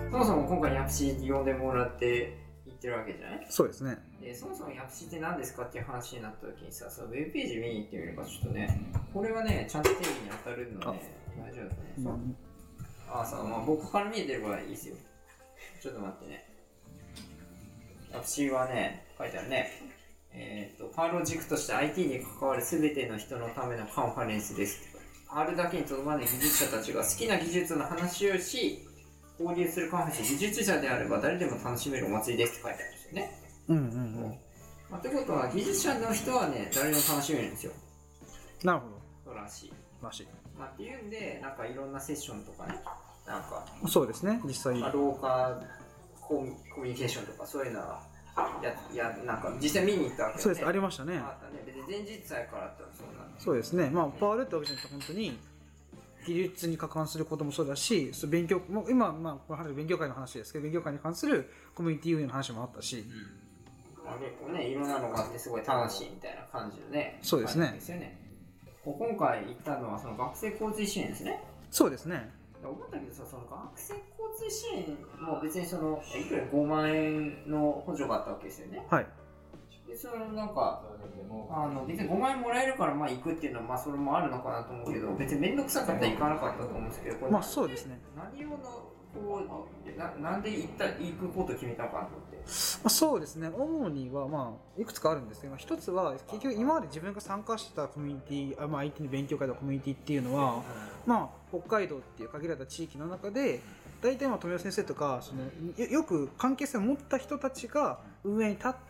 そもそも今回ヤプシ呼んでもらって言ってるわけじゃない？ そうですね。 でそもそもヤプシって何ですかっていう話になった時にさ、そのウェブページ見に行ってみればちょっとね、これはねちゃんと定義に当たるので、ね、大丈夫ですね。僕から見えてればいいですよ。ちょっと待ってね。ヤプシはね、書いてあるね。パールを軸として IT に関わる全ての人のためのカンファレンスです。パールだけにとどまらない技術者たちが好きな技術の話をし、交流するカンファレンス、技術者であれば誰でも楽しめるお祭りですって書いてあるんですよね。ってことは、技術者の人はね、誰でも楽しめるんですよ。 なるほど。 そうらしい。っていうんで、なんかいろんなセッションとかね、なんか、 そうですね、実際。 廊下コミュニケーションとかそういうのは、なんか実際見に行ったわけ、ね、 そうです、ありましたね。 別に前日祭からあったらそうなんです。 そうですね、まあ、パワールってわけじゃなくて、本当に技術に関わることもそうだし、勉強も今、この勉強会の話ですけど、勉強会に関するコミュニティ運営の話もあったし、 結構ね、いろんなのがあってすごい楽しいみたいな感じのね。 そうですね。 今回行ったのはその学生交通支援ですね。 そうですね。 思ったけどさ、その学生交通支援も別にそのいくら5万円の補助があったわけですよね。 はい。 でそのなんか別に5万円もらえるから行くっていうのはそれもあるのかなと思うけど、別に面倒くさかったら行かなかったと思うんですけど、これそうですね。 何をなんで行くことを決めたのかなと思って。 そうですね。主にはいくつかあるんですけど、一つは結局今まで自分が参加してたコミュニティ、IT の勉強会のコミュニティっていうのは、北海道っていう限られた地域の中で、大体富代先生とかよく関係性を持った人たちが運営に立って、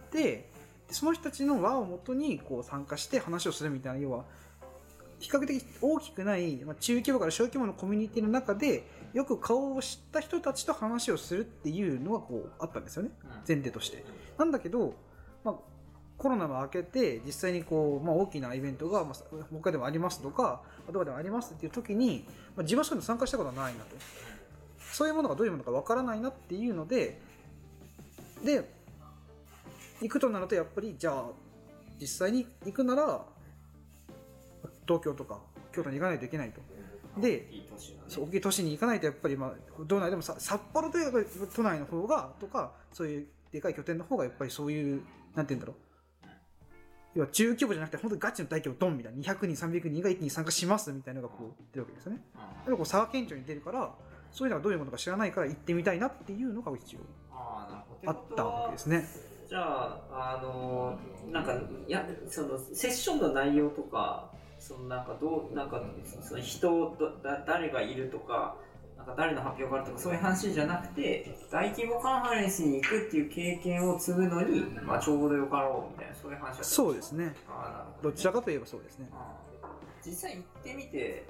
その人たちの輪をもとに参加して話をするみたいな、要は比較的大きくない、中規模から小規模のコミュニティの中でよく顔を知った人たちと話をするっていうのがあったんですよね、前提として。なんだけど、コロナが明けて実際に大きなイベントが北海道でもありますとかどこでもありますっていう時に、自分はそういうの参加したことはないなと、そういうものがどういうものかわからないなっていうので行くとなると、やっぱりじゃあ実際に行くなら東京とか京都に行かないといけないと。で、大きい都市に行かないとやっぱり道内でも札幌という都内の方がとか、そういうでかい拠点の方がやっぱりそういうなんて言うんだろう、要は中規模じゃなくて本当にガチの大規模ドンみたいな200人300人が一気に参加しますみたいなのが出るわけですよね。でも差が顕著に出るから、そういうのがどういうものか知らないから行ってみたいなっていうのが一応あったわけですね。 じゃあなんかそのセッションの内容とか、そのその人誰がいるとか、なんか誰の発表があるとかそういう話じゃなくて、大規模カンファレンスに行くっていう経験を積むのにちょうどよかろうみたいな、そういう話だった。 そうですね。どちらかといえばそうですね。 実際行ってみて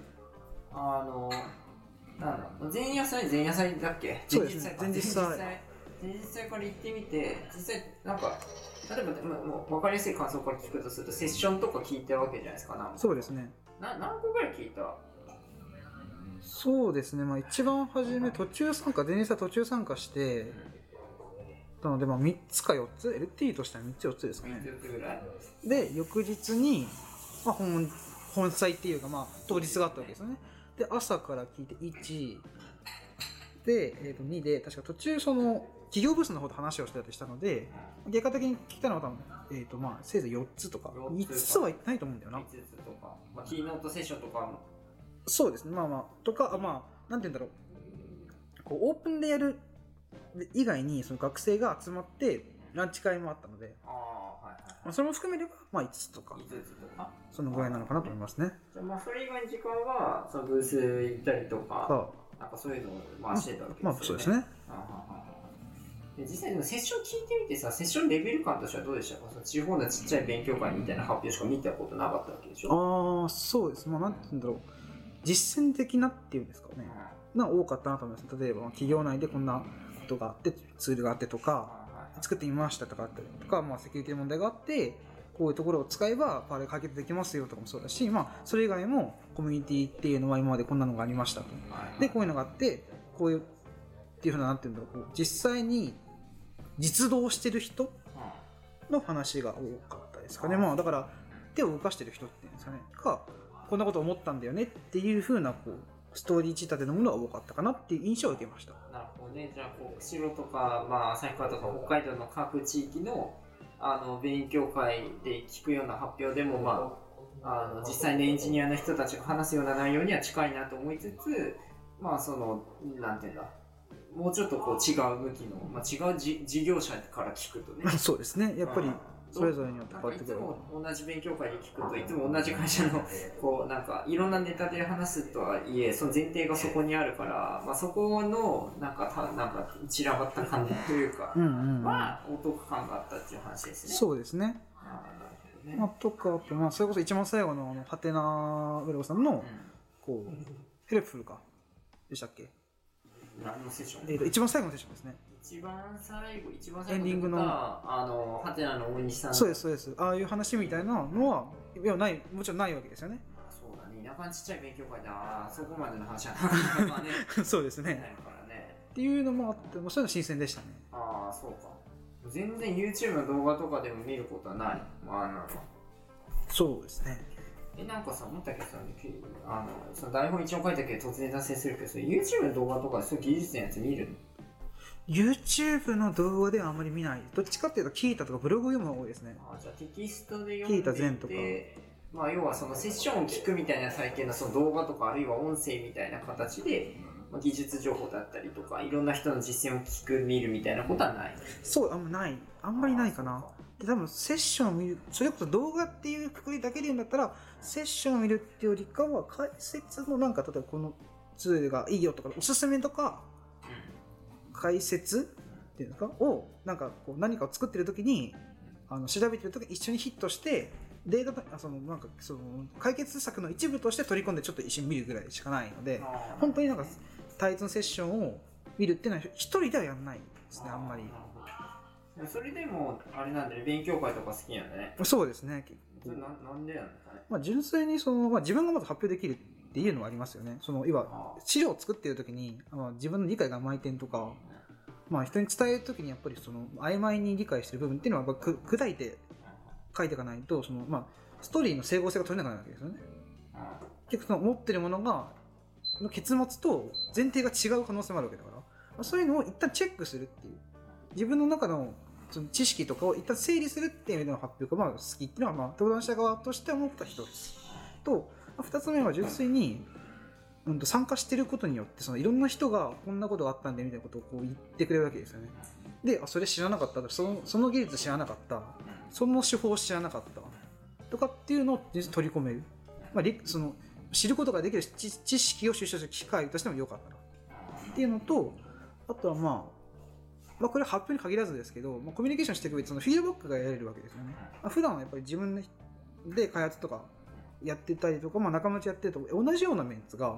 前夜祭だっけ？ そうですね。前日祭から行ってみて、実際なんか例えばもう分かりやすい感想から聞くとすると、セッションとか聞いてるわけじゃないですか。 そうですね。 何個ぐらい聞いた？ そうですね。一番初め前日は途中参加してなので3つか4つ、 LT としては3つ4つですかね。 3つぐらいで、翌日に、本祭っていうか当日があったわけですよね。で、朝から聞いて1で、2で、確か途中企業ブースの方と話をしてたりしたので、結果的に聞いたのは多分、せいぜい4つとか5つはないと思うんだよな。 5つとか、キーノートセッションとかもそうですね。とか、なんて言うんだろう、オープンでやる以外にその学生が集まってランチ会もあったので、それも含めれば5つとかそのぐらいなのかなと思いますね。 じゃあそれ以外の時間はそのブース行ったりとか、なんかそういうのをしてたわけですよね。 そうですね。 で実際のセッション聞いてみてさ、セッションレベル感としてはどうでしたか？地方のちっちゃい勉強会みたいな発表しか見たことなかったわけでしょ？ そうです。なんて言うんだろう、実践的なっていうんですかね、多かったなと思います。例えば企業内でこんなことがあって、ツールがあってとか、作ってみましたとかあったりとか、セキュリティ問題があってこういうところを使えばパーレ解決できますよとかもそうだし、それ以外もコミュニティっていうのは今までこんなのがありましたと、でこういうのがあってこういうっていうふうな、なんていうんだろう、実際に実動してる人の話が多かったですかね。だから手を動かしてる人っていうんですかね、こんなこと思ったんだよねっていうふうなストーリー仕立てのものが多かったかなっていう印象を受けました。 なるほど。 どね。じゃあ釧路とか、旭川とか北海道の各地域の勉強会で聞くような発表でも、実際のエンジニアの人たちが話すような内容には近いなと思いつつ、なんていうんだ、もうちょっとこう違う向きの、違う事業者から聞くとね。 そうですね。やっぱりそれぞれによって変わってくる。 いつも同じ勉強会で聞くと、いつも同じ会社のこうなんかいろんなネタで話すとはいえ、その前提がそこにあるから、そこのなんか散らばった感じというか、お得感があったっていう話ですね。 そうですね。とか、あとそれこそ一番最後のハテナブログさんの、こうヘルプフルかでしたっけ？ 何のセッション？ 一番最後のセッションですね。 一番最後エンディングのハテナの大西さん。 そうですそうです。ああいう話みたいなのはもちろんないわけですよね。 そうだね。田舎のちっちゃい勉強会でそこまでの話はなかなかね。 そうですね。 ないからね。 っていうのもあって、そういうの新鮮でしたね。 そうか。全然 YouTube の動画とかでも見ることはない。 そうですね。 なんかさ、思ったけどさ、その台本一応書いたけど突然脱線するけど、YouTube の動画とかそういう技術のやつ見るの？ YouTube の動画ではあんまり見ない。どっちかっていうとキータとかブログを読む方が多いですね。 じゃあテキストで読んでいて、 キータ全とか。 要はそのセッションを聞くみたいな体験のその動画とかあるいは音声みたいな形で、技術情報だったりとかいろんな人の実践を聞く見るみたいなことはない？ そう、あんまりないかな。で多分セッションを見る、それこそ動画っていうくくりだけで言うんだったらセッションを見るっていうよりかは解説の例えばこのツールがいいよとかおすすめとか、解説っていうんですかを何かを作ってる時に調べてる時に一緒にヒットしてデータ解決策の一部として取り込んでちょっと一緒に見るぐらいしかないので、本当に単一のセッションを見るっていうのは一人ではやらないですね。あんまり。 それでもあれなんだね、勉強会とか好きなんだね。 そうですね。 なんでなんですかね。 純粋に自分がまず発表できるっていうのはありますよね。いわ資料を作っている時に自分の理解が甘い点とか、人に伝える時にやっぱり曖昧に理解してる部分っていうのはやっぱ砕いて書いていかないとストーリーの整合性が取れなくなるわけですよね。結局持ってるものがの結末と前提が違う可能性もあるわけだから、そういうのを一旦チェックするっていう、自分の中のその知識とかを一旦整理するっていう意味での発表が好きっていうのは登壇者側として思った一つと、二つ目は純粋に、参加してることによっていろんな人がこんなことがあったんでみたいなことを言ってくれるわけですよね。で、それ知らなかった、その技術知らなかった、その手法知らなかったとかっていうのを取り込める、知ることができる知識を収集する機会としても良かったなっていうのと、あとはこれは発表に限らずですけど、コミュニケーションしていく上でフィードバックが得られるわけですよね。普段はやっぱり自分で開発とかやってたりとか、仲間内やってると同じようなメンツが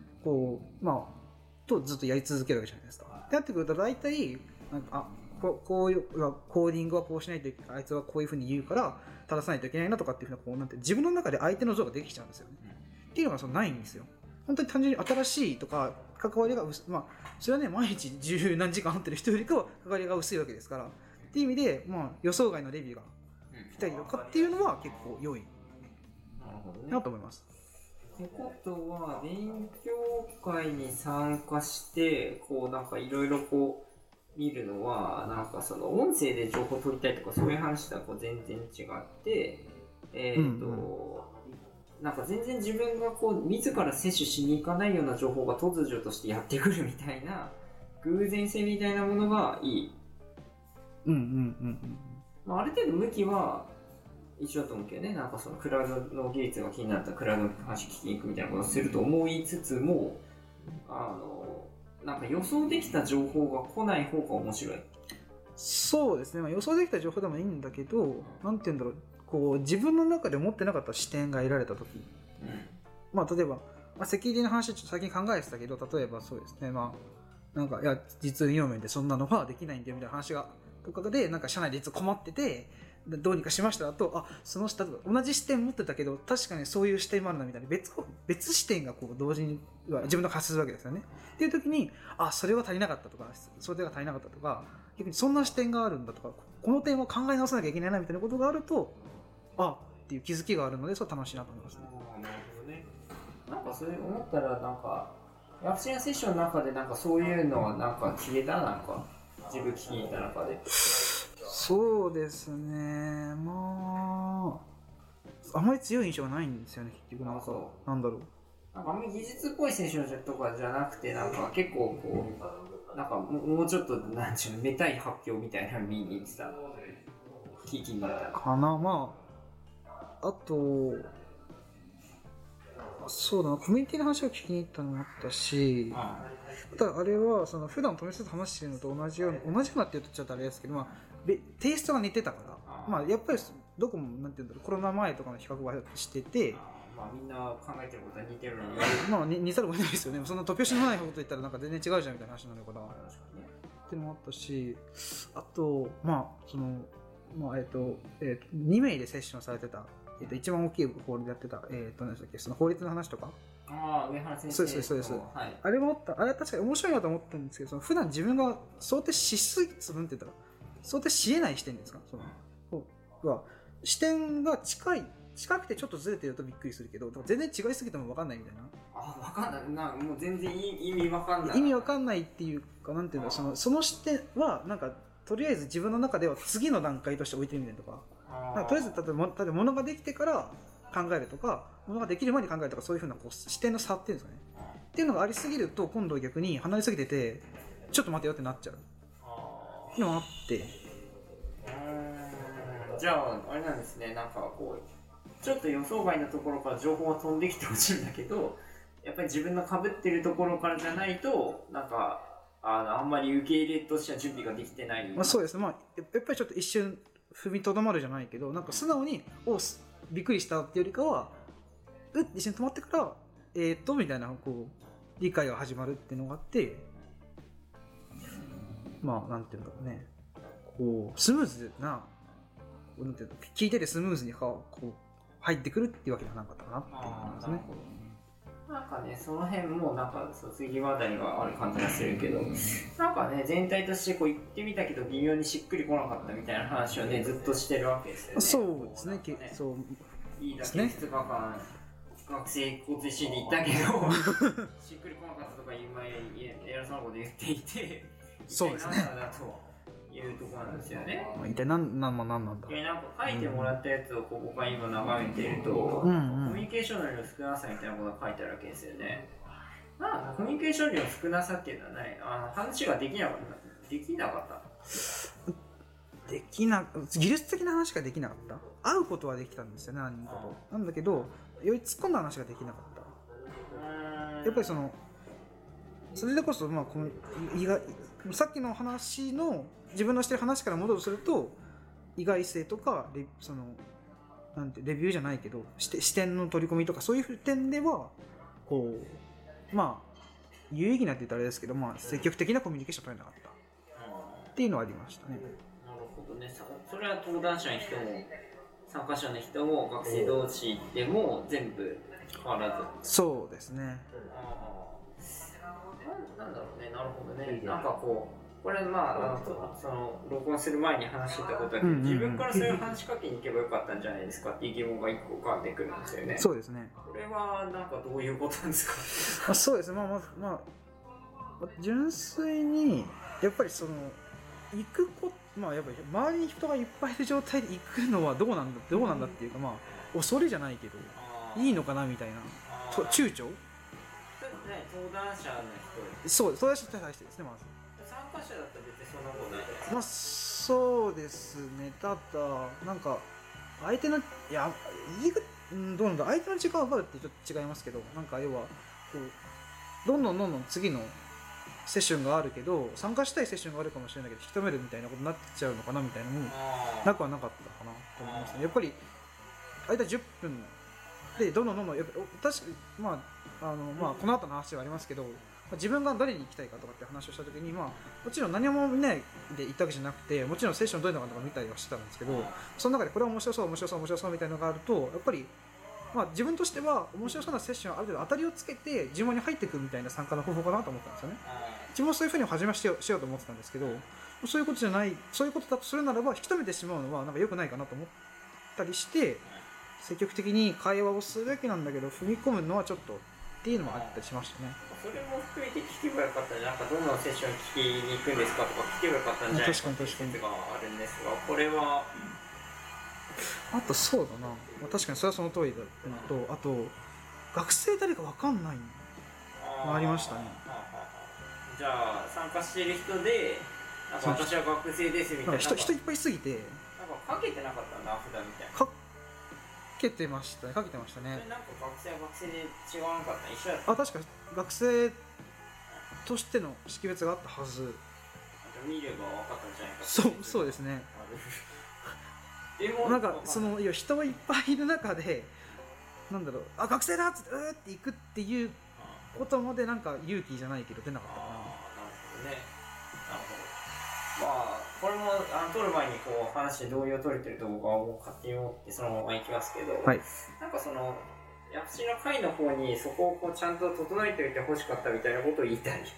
とずっとやり続けるわけじゃないですか。ってなってくると大体こういうコーディングはこうしないといけない、あいつはこういうふうに言うから正さないといけないなとかっていうふうな自分の中で相手の像ができちゃうんですよね。っていうのがないんですよ。本当に単純に新しいとか関わりがそれはね、毎日十何時間会ってる人よりかは関わりが薄いわけですから、っていう意味で予想外のレビューが来たりとかっていうのは結構良いなと思います。 ってことは勉強会に参加していろいろ見るのは音声で情報を取りたいとかそういう話とは全然違って、全然自分が自ら摂取しに行かないような情報が突如としてやってくるみたいな偶然性みたいなものがいい。ある程度向きは一緒だと思うけどね。クラウドの技術が気になったらクラウドの話聞きに行くみたいなことをすると思いつつも、予想できた情報が来ない方が面白い。 そうですね。予想できた情報でもいいんだけど、なんて言うんだろう、自分の中で持ってなかった視点が得られたとき、例えば、セキュリティの話ちょっと最近考えてたけど、例えばそうですね、いや実運用面でそんなのはできないんだよみたいな話がとかで社内でいつ困っててどうにかしましたと、その下同じ視点持ってたけど確かにそういう視点もあるなみたいな別視点が同時に自分の発するわけですよね。っていう時にそれは足りなかったとか、それが足りなかったとか、逆にそんな視点があるんだとか、この点を考え直さなきゃいけないなみたいなことがあるとっていう気づきがあるので、それは楽しいなと思いますね。 なるほどね。それ思ったら学生のセッションの中でなんかそういうのはなんか消えた、なんか自分聞いた中で。 そうですね、まああまり強い印象がないんですよね結局。なんかなんだろう、 なんかあんまり技術っぽいセッションとかじゃなくて、なんか結構こうなんかもうちょっとなんちゅうのめたい発表みたいなの見に行ってた、聞きに行ったかな。まああとそうだな、コミュニティの話を聞きに行ったのもあったし、ただあれはその普段富瀬と話してるのと同じようなって言うとちょっとあれですけど、まあ、テイストが似てたから、まあ、やっぱりどこもなんていうんだろう、コロナ前とかの比較はしてて、 まあみんな考えてることは似てるのにまあ似ざるを得ないですよね。そんな突拍子もないこと言ったらなんか全然違うじゃんみたいな話になるからっていうのもあったし、あとまあそのまあ2名でセッションされてた、一番大きいホールでやってた何でしたっけ、その法律の話とか、 上原先生、 そうです、 はい、 あれもあった。あれは確かに面白いなと思ったんですけど、その普段自分が想定しすぎつぶんって言ったら想定しえない視点ですか、そのは視点が近くてちょっとずれてるとびっくりするけど、全然違いすぎても分かんないみたいな。 分かんないもう全然意味分かんない。 意味分かんないっていうか、なんていうんだ、その視点はなんかとりあえず自分の中では次の段階として置いてるみたいなとか、なんかとりあえず例えば物ができてから考えるとか、物ができる前に考えるとか、そういう風なこう視点の差っていうんですかね、っていうのがありすぎると今度逆に離れすぎててちょっと待てよってなっちゃうっていうのがあって、 じゃああれなんですね、なんかこうちょっと予想外のところから情報が飛んできてほしいんだけど、やっぱり自分の被ってるところからじゃないとなんかあんまり受け入れとしては準備ができてない。 まあ、そうですね、まあ、やっぱりちょっと一瞬踏みとどまるじゃないけど、なんか素直にびっくりしたっていうよりかは一瞬止まってからみたいなこう理解が始まるっていうのがあって、まあなんていうんだろうね、こうスムーズな、なんていうの、聞いててスムーズにこう入ってくるっていうわけではなかったかなっていう感じですね。 なんかね、その辺もなんか卒業あたりがある感じがするけど、なんかね、全体としてこう言ってみたけど微妙にしっくりこなかったみたいな話をね、ずっとしてるわけですよね。 そうですね、そういいだけ2日間学生交通シーンで行ったけどしっくりこなかったとか今偉そうなこと言っていて、 そうですね、 なんだというところなんですよね。 一体何なんだ。 なんか書いてもらったやつをここから今眺めていると、コミュニケーション量の少なさみたいなことが書いてあるわけですよね。コミュニケーション量の少なさっていうのはない、話ができなかった技術的な話ができなかった。会うことはできたんですよね、何人かと。なんだけど、より突っ込んだ話ができなかった。やっぱりそれでこそ、まあ、さっきの話の自分のしてる話から戻るとすると、意外性とかなんてレビューじゃないけど視点の取り込みとかそういう点ではこうまあ有意義なって言ったらあれですけど、まあ、積極的なコミュニケーション取れなかったっていうのはありましたね。 なるほどね。それは登壇者の人も参加者の人も学生同士でも全部変わらず。 そうですね。 なんだろうね。なるほどね。なんかこれその録音する前に話してたことだけど、自分からそういう話しかけに行けばよかったんじゃないですかっていう疑問が一個浮かんでくるんですよね。 そうですね。 これはなんかどういうことなんですか？ そうですね。まあ純粋にやっぱり行くまあやっぱり周りに人がいっぱいいる状態で行くのはどうなんだっていうか、まあ恐れじゃないけどいいのかなみたいな躊躇。 登壇者の人。 そう登壇者に対してですね、まず。 参加者だったら別にそんなことないですか？ まあそうですね。ただなんか相手のどうなんだ、相手の時間が分かるってちょっと違いますけど、なんか要はこうどんどん次のセッションがあるけど参加したいセッションがあるかもしれないけど引き止めるみたいなことになっちゃうのかなみたいなのもなくはなかったかなと思いますね。やっぱり間10分でどんどんやっぱ確かにまあこの後の話はありますけど、自分が誰に行きたいかとかって話をしたときに、まあ、もちろん何も見ないで行ったわけじゃなくて、もちろんセッションどういうのかとか見たりはしてたんですけど、その中でこれは面白そうみたいなのがあると、やっぱり、まあ、自分としては面白そうなセッションはある程度当たりをつけて順番に入っていくみたいな参加の方法かなと思ったんですよね。自分もそういうふうに始めしようと思ってたんですけど、そういうことじゃない、そういうことだとするならば引き止めてしまうのはなんか良くないかなと思ったりして、積極的に会話をするべきなんだけど踏み込むのはちょっとっていうのもあったりしましたね。 それも含めて聞けばよかったんじゃなんかどのセッション聞きに行くんですかとか聞けばよかったんじゃないかっていう説があるんですが、これはあとそうだな、まあ、確かにそれはその通りだったのと、あと学生誰か分かんないのありましたね。 じゃあ参加している人でなんか私は学生ですみたいな、 人いっぱいすぎてなんかかけてなかったんだ、普段みたいな。 かけてましたね。それなんか学生は学生で違わなかった、一緒だった。 確か学生としての識別があったはず。 見れば分かったんじゃないか。 そうですね。 でもなんかいや人がいっぱいいる中でなんだろう、あ学生だっつってって行くっていうことまでなんか勇気じゃないけど出なかったかな。 なるほどね。なるほど。まあこれも撮る前にこう話で同意を取れてる動画を勝手に持ってそのまま行きますけど、 はい、 なんかヤフシの会の方にそこをこうちゃんと整えておいてほしかったみたいなことを言いたい。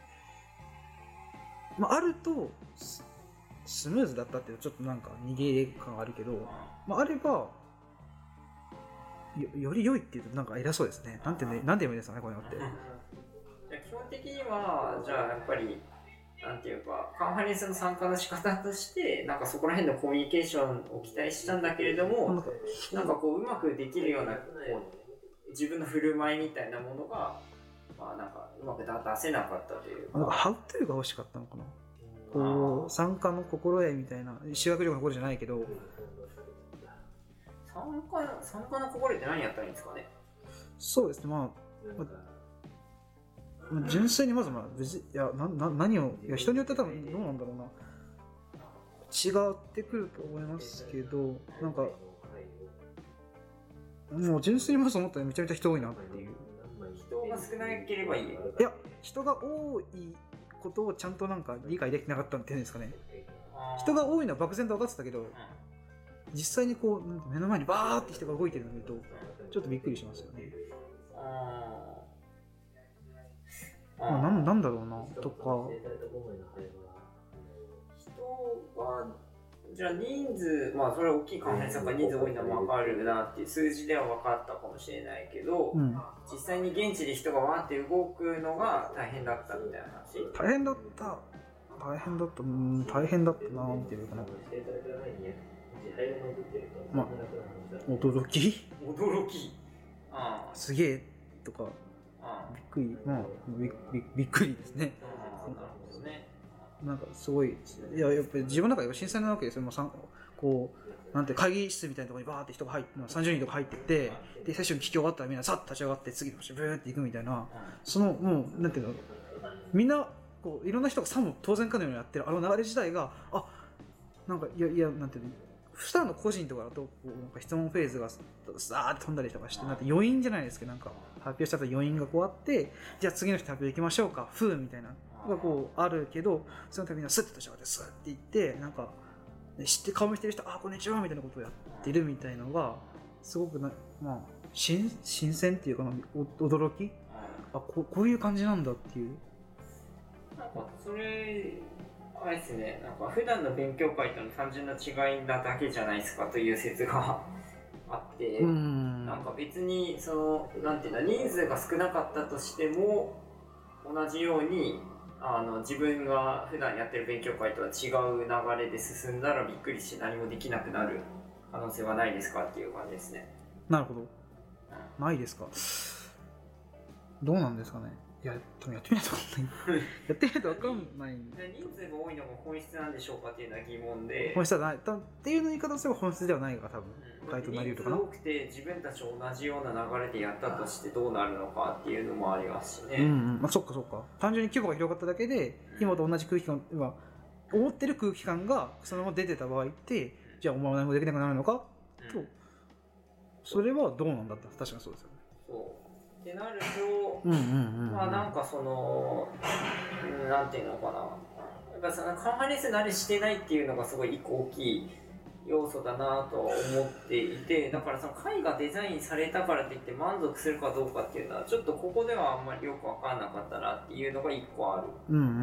まあ、あるとスムーズだったっていうちょっとなんか逃げ感あるけど、まあ、あれば より良いっていうとなんか偉そうですね。なんて言えばいいですかね、こういうのって。 じゃ基本的にはじゃあやっぱりなんていうかカンファレンスの参加の仕方としてなんかそこら辺のコミュニケーションを期待したんだけれども、なんかこううまくできるようなこう自分の振る舞いみたいなものがまあなんかうまく出せなかったというか、 なんかハウトゥーが欲しかったのかな。こう参加の心得みたいな修学旅行の心じゃないけど、 参加の心得って何やったらいいんですかね。 そうですね、まあ純粋にまず何を人によって多分どうなんだろうな、違ってくると思いますけど、なんかもう純粋にまず思ったらめちゃめちゃ人多いなっていう。 人が少なければいいよ。 いや人が多いことをちゃんとなんか理解できなかったっていうんですかね。人が多いのは漠然と分かってたけど、実際にこう目の前にバーって人が動いてるのを見るとちょっとびっくりしますよね。なんだろうなとか。 人がじゃあ人数、まあそれは大きいカンファレンスが人数多いのは分かるなっていう数字では分かったかもしれないけど、実際に現地で人がわーって動くのが大変だったみたいな話。 大変だったなーっていうかな。まあ驚きすげえとかびっくり、まあびっくりですね。なんかすごい、いややっぱり自分の中で新鮮なわけですよ。こうなんて会議室みたいなところにバーって人が入って30人とか入ってってでセッション聞き終わったらみんなさっと立ち上がって次の場所ブーって行くみたいな、もうなんていうの、みんなこういろんな人がさも当然かのようにやってるあの流れ自体がなんかいやなんていうの、普段の個人とかだとこうなんか質問フェーズがさーって飛んだりとかしてなんて余韻じゃないですけど、なんか発表した後余韻がこうあってじゃあ次の人発表行きましょうかみたいながこうあるけど、その時みんなスッと立ち上がってスッって言ってなんか知って顔見してる人こんにちはみたいなことをやってるみたいのがすごくまあ新鮮っていうか驚き、こういう感じなんだっていう。 なんかそれあれですね、なんか普段の勉強会との単純な違いなだけじゃないですかという説があって、なんか別になんていうの、人数が少なかったとしても同じように自分が普段やってる勉強会とは違う流れで進んだらびっくりして何もできなくなる可能性はないですかっていう感じですね。 なるほど、ないですか。どうなんですかね。いや、多分やってみないと分かんない。やってみないと分かんない。 人数が多いのが本質なんでしょうかっていうのは疑問で。 本質はない。っていう言い方をすれば本質ではないが多分、回答になり得るかな。 人数多くて自分たち同じような流れでやったとしてどうなるのかっていうのもありますしね。 まあそっか。単純に規模が広がっただけで、今と同じ空気感、思ってる空気感がそのまま出てた場合って、じゃあお前は何もできなくなるのか、と、それはどうなんだって、確かにそうですよね。 ってなると、まあなんかなんていうのかな、やっぱカンファレンス慣れしてないっていうのがすごい一個大きい要素だなと思っていて、だから会がデザインされたからといって満足するかどうかっていうのはちょっとここではあんまりよく分からなかったなっていうのが一個ある。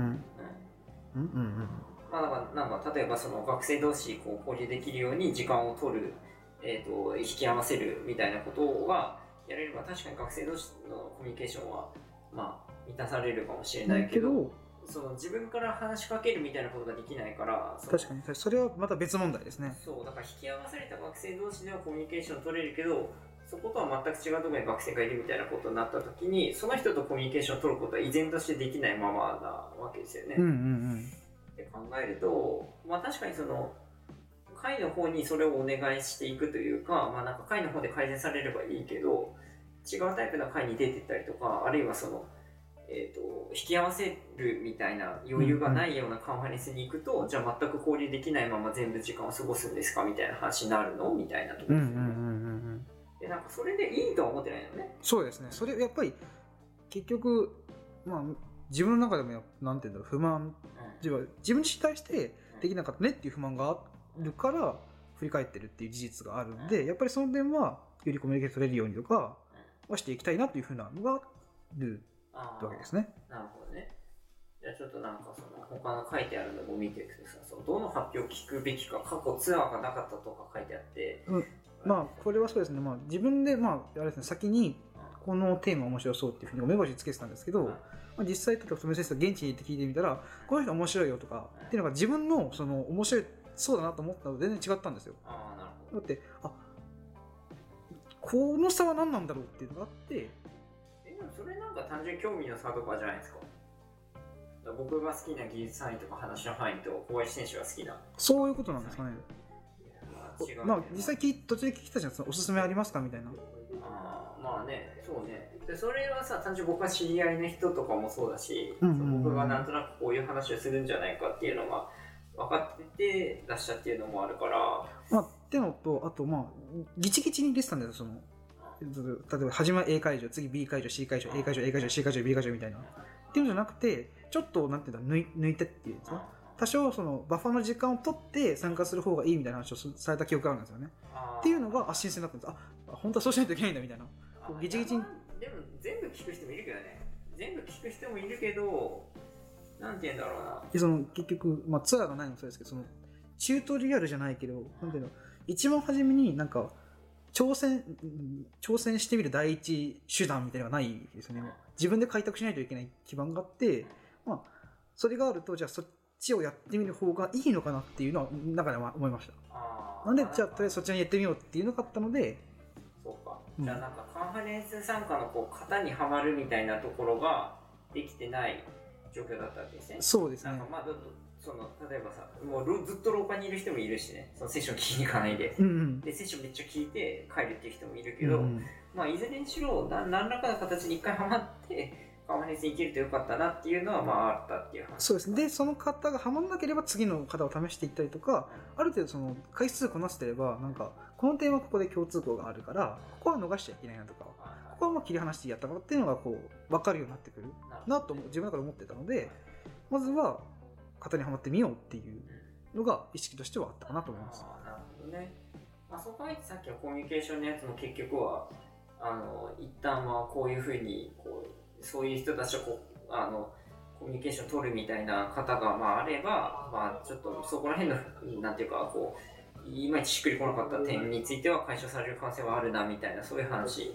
まあなんか例えば学生同士こう交流できるように時間を取る、引き合わせるみたいなことがやれれば確かに学生同士のコミュニケーションはまあ満たされるかもしれないけど、その自分から話しかけるみたいなことができないから、 確かにそれはまた別問題ですね。 そうだから引き合わされた学生同士ではコミュニケーション取れるけど、そことは全く違うところに学生がいるみたいなことになった時に、その人とコミュニケーションを取ることは依然としてできないままなわけですよね。って考えると、まあ確かにその会の方にそれをお願いしていくというか、まあなんか会の方で改善されればいいけど、違うタイプの会に出てったりとか、あるいはその引き合わせるみたいな余裕がないようなカンファレンスに行くと、じゃあ全く交流できないまま全部時間を過ごすんですかみたいな話になるのみたいなところですよね。でなんかそれでいいとは思ってないのね。 そうですね。それやっぱり結局、まあ、自分の中でもなんていうんだろう、不満、自分に対してできなかったねっていう不満があるから振り返ってるっていう事実があるんで、やっぱりその点はよりコミュニケーション取れるようにとかはしていきたいなというふうなのがあるわけですね。 なるほどね。じゃあちょっとなんかその他の書いてあるのを見ていくとさ、そのどの発表を聞くべきか、過去ツアーがなかったとか書いてあって、 まあこれはそうですね。まあ自分であれですね、先にこのテーマ面白そうっていうふうにお目星つけてたんですけど、まあ、実際例えば富先生が現地に行って聞いてみたら、この人面白いよとかっていうのが自分のその面白いそうだなと思ったのと全然違ったんですよ。 なるほど。 だってこの差は何なんだろうっていうのがあって、 でもそれなんか単純に興味の差とかじゃないですか。僕が好きな技術範囲とか話の範囲と小林選手が好きな、 そういうことなんですかね。まあ実際途中で聞いたじゃん、そのおすすめありますかみたいな。 まあね、そうね。でそれはさ、単純に僕が知り合いの人とかもそうだし、僕がなんとなくこういう話をするんじゃないかっていうのが分かってて出したっていうのもあるから。 まあってのと、あとまあギチギチに出てたんだよ、その例えば始まる A 会場、次 B 会場、C 会場、A 会場、A 会場、C 会場、B 会場みたいなっていうのじゃなくて、ちょっとなんていうんだ、抜いてっていうんですか、多少そのバッファーの時間を取って参加する方がいいみたいな話をされた記憶があるんですよね。っていうのが新鮮だったんです。本当はそうしないといけないんだみたいな。ギチギチに。 でも全部聞く人もいるけどね。全部聞く人もいるけど、なんて言うんだろうな。 でその結局、まあ、ツアーがないのもそうですけど、そのチュートリアルじゃないけど、なんていうの、一番初めになんか挑戦してみる第一手段みたいなのがないですよね。自分で開拓しないといけない基盤があって、まあ、それがあると、じゃあそっちをやってみる方がいいのかなっていうのは中では思いました。なんでじゃあとりあえずそっちにやってみようっていうのがあったので。 そうか。じゃあなんかカンファレンス参加のこう型にはまるみたいなところができてない状況だったわけですね。 そうですね。 なんかまあその例えばさ、もうずっと廊下にいる人もいるしね、そのセッション聞きに行かないで、でセッションめっちゃ聞いて帰るっていう人もいるけど、まあいずれにしろ何らかの形に一回はまってカンファレンスに行けるとよかったなっていうのはまああったっていう話。 そうですね。でその方がはまらなければ次の方を試していったりとか、ある程度その回数こなせてれば、なんかこの点はここで共通項があるからここは逃しちゃいけないなとか、ここはもう切り離してやったかっていうのがこう分かるようになってくるなと自分の中で思ってたので、まずは型にはまってみようっていうのが意識としてはあったかなと思います。 なるほどね。まあ、そこはさっきのコミュニケーションのやつも結局は一旦はこういうふうにそういう人たちとコミュニケーション取るみたいな方がまああれば、まあ、ちょっとそこら辺のなんていうかいまいちしっくりこなかった点については解消される可能性はあるなみたいな、そういう話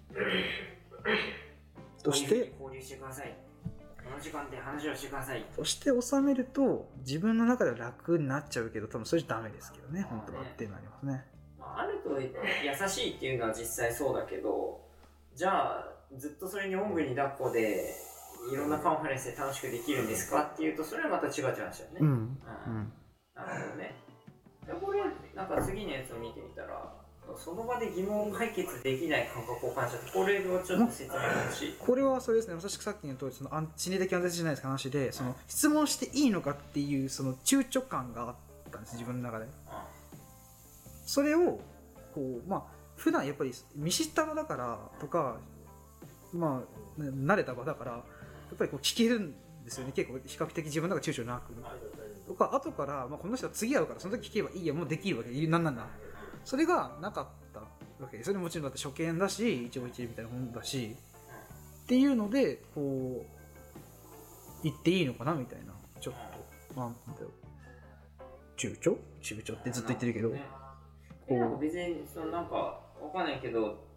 として交流してください、この時間で話をしてくださいとして収めると自分の中では楽になっちゃうけど、多分それじゃダメですけどね、本当はっていうのありますね。 あると優しいっていうのは実際そうだけど、じゃあずっとそれにおんぶに抱っこでいろんなカンファレンスで楽しくできるんですかっていうと、それはまた違う話だよね。なるほどね。これなんか次のやつを見てみたら、その場で疑問を解決できない感覚を感じた。これをちょっと説明欲しい。 これはそうですね、私さっきの通りその心理的安全性じゃないですか話で、その質問していいのかっていうその躊躇感があったんです、自分の中で。それをまあ普段やっぱり見知った場だからとか、まあ慣れた場だからやっぱり聞けるんですよね。結構比較的自分の中で躊躇なくとか、後から、まあ、この人は次会うからその時聞けばいいや、もうできるわけで、なんそれがなかったわけです。それもちろんだって初見だし一期一会みたいなもんだしっていうので言っていいのかなみたいな、ちょっとなんだろう、躊躇ってずっと言ってるけど、 別になんかわかんないけど、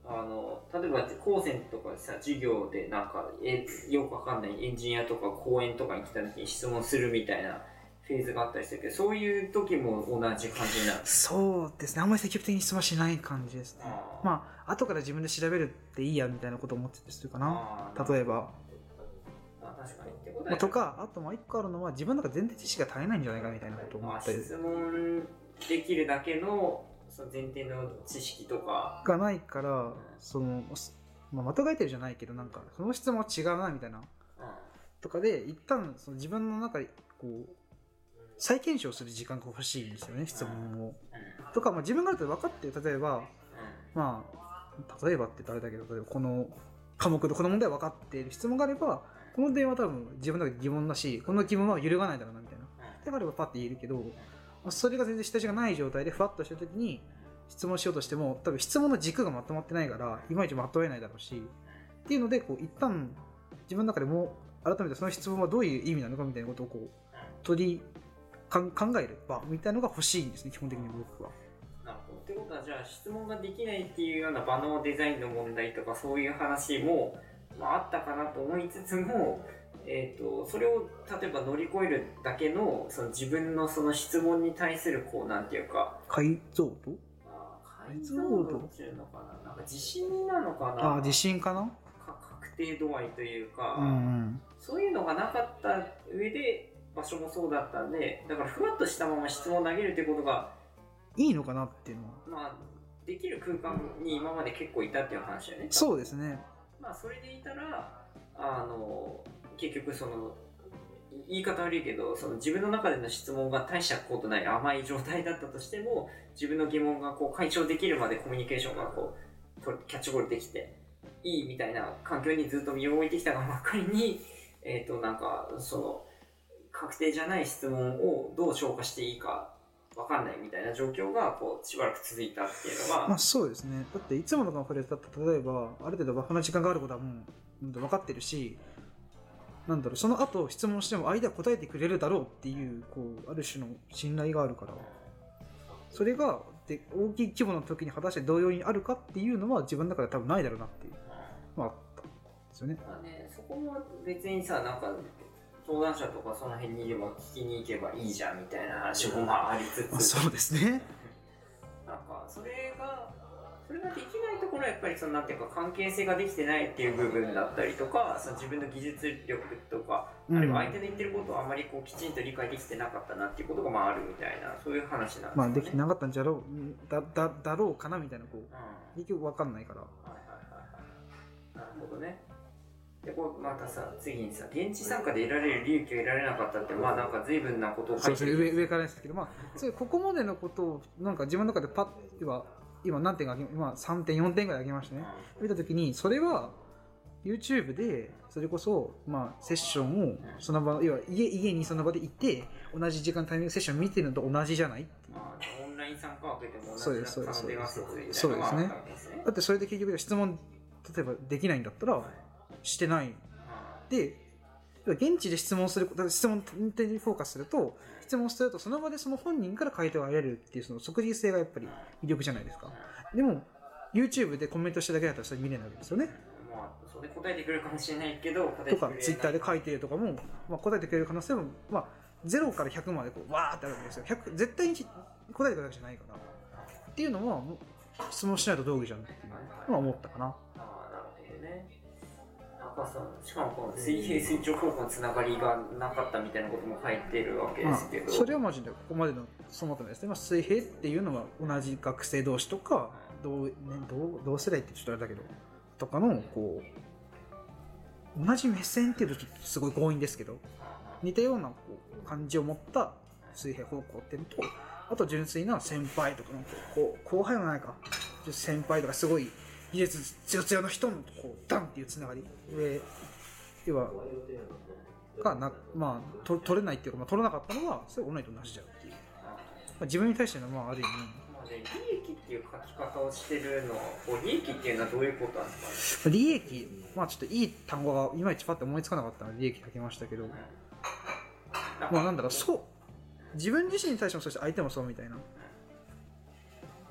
例えば高専とかさ、授業でなんかよくわかんないエンジニアとか講演とかに来た時に質問するみたいなフェーズがあったりするけど、そういう時も同じ感じになる。 そうですね、あんまり積極的に質問しない感じですね。まあ後から自分で調べるっていいやみたいなことを思ってたりするかな。例えば確かにってこととか、あともう一個あるのは自分の中で前提知識が足りないんじゃないかみたいなことを思ったり、 質問できるだけのその前提の知識とかがないから、その、まあ、的がいてるじゃないけど、なんかその質問は違うなみたいな、とかで一旦その自分の中でこう再検証する時間が欲しいんですよね、質問を。とか、まあ、自分がある程度分かってる、例えば、まあ例えばって言ったらあれだけど、例えばこの科目でこの問題分かっている質問があれば、この点は多分自分の中で疑問だし、この疑問は揺るがないだろうなみたいな。だからパッて言えるけど、それが全然下地がない状態でふわっとした時に質問しようとしても、多分質問の軸がまとまってないからいまいちまとえないだろうし、っていうのでこう一旦自分の中でも改めてその質問はどういう意味なのかみたいなことをこう考える場みたいなのが欲しいんですね、基本的に僕は。 なるほど。ってことはじゃあ質問ができないっていうような場のデザインの問題とかそういう話も、あったかなと思いつつも、それを例えば乗り越えるだけの、その自分のその質問に対するこうなんていうか解像度解像度っていうのかな、なんか自信なのかな、 自信かな、 確定度合いというか、 うんそういうのがなかった上で場所もそうだったんで、だからふわっとしたまま質問を投げるってことがいいのかなっていうのは、 できる空間に今まで結構いたっていう話だよね。 そうですね。 それでいたら結局その言い方悪いけど、その自分の中での質問が大したことない甘い状態だったとしても、自分の疑問がこう解消できるまでコミュニケーションがこうキャッチボールできていいみたいな環境にずっと身を置いてきたがばっかりに、なんかその確定じゃない質問をどう消化していいか分かんないみたいな状況がこうしばらく続いたっていうのは、 そうですね。だっていつものカンファレンスだったら、例えばある程度バッファな時間があることはもう分かってるし、なんだろう、その後質問しても相手は答えてくれるだろうっていうこうある種の信頼があるから、それがで大きい規模の時に果たして同様にあるかっていうのは自分の中で多分ないだろうなっていうのはあったんですよね。 そこも別にさ、なんか相談者とかその辺にいれば聞きに行けばいいじゃんみたいな話もありつつ、 そうですね。 なんかそれができないところはやっぱりそのなんていうか関係性ができてないっていう部分だったりとか、その自分の技術力とか、あるいは相手の言ってることをあまりこうきちんと理解できてなかったなっていうことがあるみたいな、そういう話なんですよね。 できてなかったんじゃろうだろうかなみたいな、こう結局分かんないから。 なるほどね。でこうまたさ、次にさ、現地参加で得られる利益が得られなかったって、なんか随分なことを書いてる。 上からですけど、そういうここまでのことをなんか自分の中でパッと今何点か今3点4点ぐらい上げましたね。見たときにそれは YouTube でそれこそセッションをその場、要は家にその場でいて同じ時間タイミングセッション見てるのと同じじゃないっていう。 オンライン参加枠でも同じな可能性が説明みたいなのがあったんですね。 そうですね。だってそれで結局質問例えばできないんだったらしてない。で現地で質問する、質問にフォーカスすると、質問するとその場でその本人から回答が得られるっていうその即時性がやっぱり魅力じゃないですか。でも YouTube でコメントしただけだったらそれ見れないわけですよね。 それ答えてくれるかもしれないけど、 とか Twitter で書いてるとかも、答えてくれる可能性も、0から100までこうわーってあるわけですよ。絶対に答えてくれるわけじゃないからっていうのは質問しないと道具じゃんっていうのは思ったかな。 なるほどね。しかもこの水平垂直方向のつながりがなかったみたいなことも書いてるわけですけど、 それはマジでここまでのそのまとめですね。水平っていうのは同じ学生同士とか同世代ってちょっとあれだけどとかのこう同じ目線っていうとちょっとすごい強引ですけど、似たようなこう感じを持った水平方向っていうのと、あと純粋な先輩とかのこう後輩はないか、先輩とかすごい技術強の人のこうダンっていうつながり要はが取れないっていうか、取れなかったのはそれオンラインと同じじゃんっていう、自分に対してのある意味利益っていう書き方をしてるのは、利益っていうのはどういうことなんですかね。 利益、ちょっといい単語がいまいちパッと思いつかなかったので利益書きましたけど、なんだろう、そう自分自身に対してもそうして相手もそうみたいな、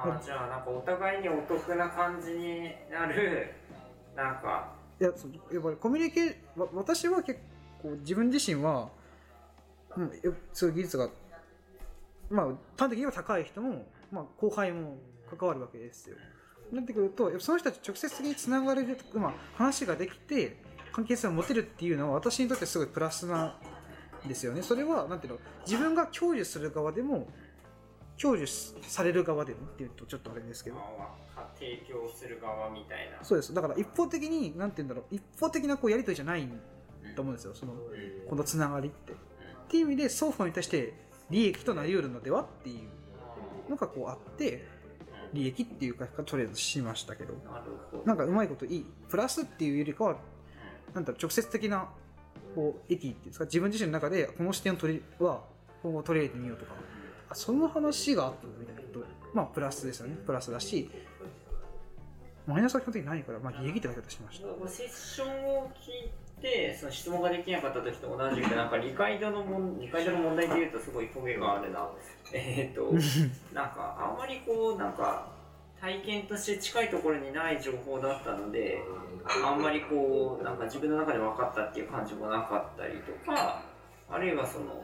じゃあなんかお互いにお得な感じになるなんかやっぱりコミュニケ私は結構自分自身は、そういう技術が端的に言えば高い人も、後輩も関わるわけですよ。なってくるとその人たち直接的につながれる、話ができて関係性を持てるっていうのは私にとってすごいプラスなんですよね。それはなんていうの、自分が享受する側でも享受される側でもっていうとちょっとあれですけど、 提供する側みたいな。 そうです。だから一方的になんていうんだろう、一方的なやり取りじゃないと思うんですよ。このつながりっていう意味で双方に対して利益となり得るのではっていうのがあって利益っていうかとりあえずしましたけど、なんかうまいこといいプラスっていうよりかはなんだろう、直接的な益っていうんですか、自分自身の中でこの視点は今後取り入れてみようとか、その話があったみたいなこと、プラスですよね。プラスだしマイナスは基本的にないから、利益って書き方しました。 セッションを聞いてその質問ができなかった時と同じくなんか理解度の問題でいうとすごいトゲがあるな。なんかあんまりなんか体験として近いところにない情報だったので、あんまりなんか自分の中で分かったっていう感じもなかったりとか、あるいは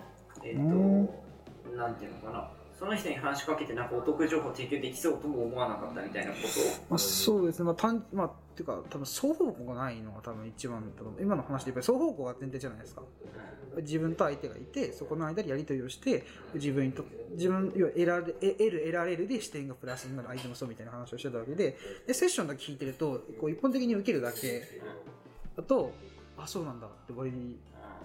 なんていうのかな、その人に話しかけてなんかお得情報提供できそうとも思わなかったみたいなこと。 そうですね。っていうか多分双方向がないのが多分一番だと思う。今の話でやっぱり双方向が前提じゃないですか。自分と相手がいてそこの間でやり取りをして自分要は得られるで視点がプラスになる相手もそうみたいな話をしてたわけで、セッションだけ聞いてると一本的に受けるだけだとそうなんだって終わりに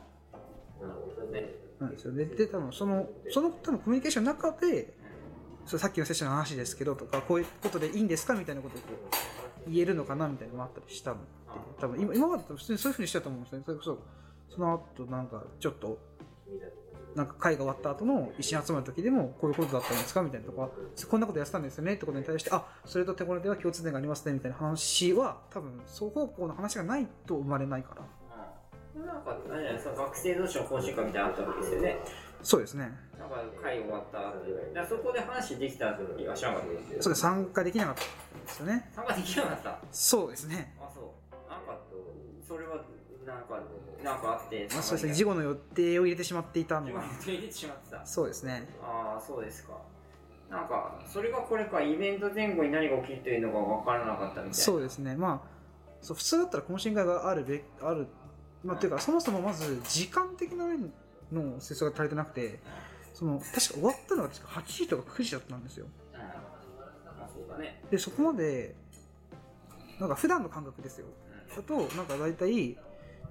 なんですよね。で多分その多分コミュニケーションの中でさっきのセッションの話ですけどとかこういうことでいいんですかみたいなことを言えるのかなみたいなのもあったりしたので、多分今まで普通にそういう風にしてたと思うんですよね。それこそその後なんかちょっとなんか会が終わった後の一緒に集まる時でもこういうことだったんですかみたいなとか、こんなことやってたんですよねってことに対してそれとこれでは共通点がありますねみたいな話は多分双方向の話がないと生まれないから。 なんか何じゃないですか、学生同士の懇親会みたいなのあったわけですよね。 そうですね。 なんか会終わった後でそこで話できた時はしなかったですよ。 それ参加できなかったんですよね。 参加できなかった。 そうですね。 そうなんかそれはなんかあって、 そうですね。事後の予定を入れてしまっていたのが。 予定入れてしまってた。 そうですね。 そうですか。なんかそれがこれかイベント前後に何が起きるというのが分からなかったみたいな。 そうですね。普通だったら懇親会があるっていうかそもそもまず時間的な面の節操が足りてなくて、確か終わったのが8時とか9時だったんですよ。 そうだね。 でそこまでなんか普段の感覚ですよ。だとなんかだいたい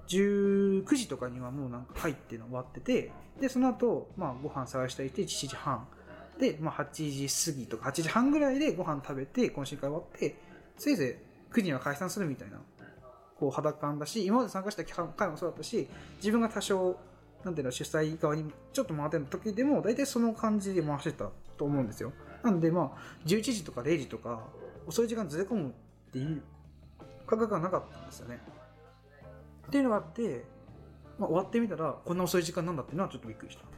19時とかにはもうなんか会っていうの終わってて、でその後ご飯探したりして7時半で8時過ぎとか8時半ぐらいでご飯食べて懇親会終わってせいぜい9時には解散するみたいな肌感だし、今まで参加した会もそうだったし、自分が多少なんていうの主催側にちょっと回ってる時でも大体その感じで回してたと思うんですよ。なので11時とか0時とか遅い時間ずれ込むっていう感覚がなかったんですよね。っていうのがあって、終わってみたらこんな遅い時間なんだっていうのはちょっとびっくりした。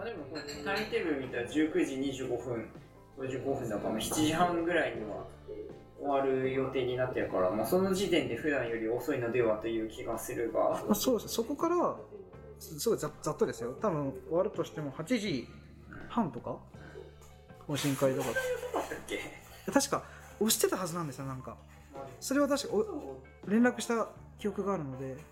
でもタイムテーブル見たら19時25分55分だから7時半ぐらいには終わる予定になってるから、その時点で普段より遅いのではという気がするが、 そうです。そこからすごいざっとですよ。多分終わるとしても8時半とか懇親会とか確か押してたはずなんですよ。なんかそれは確か連絡した記憶があるので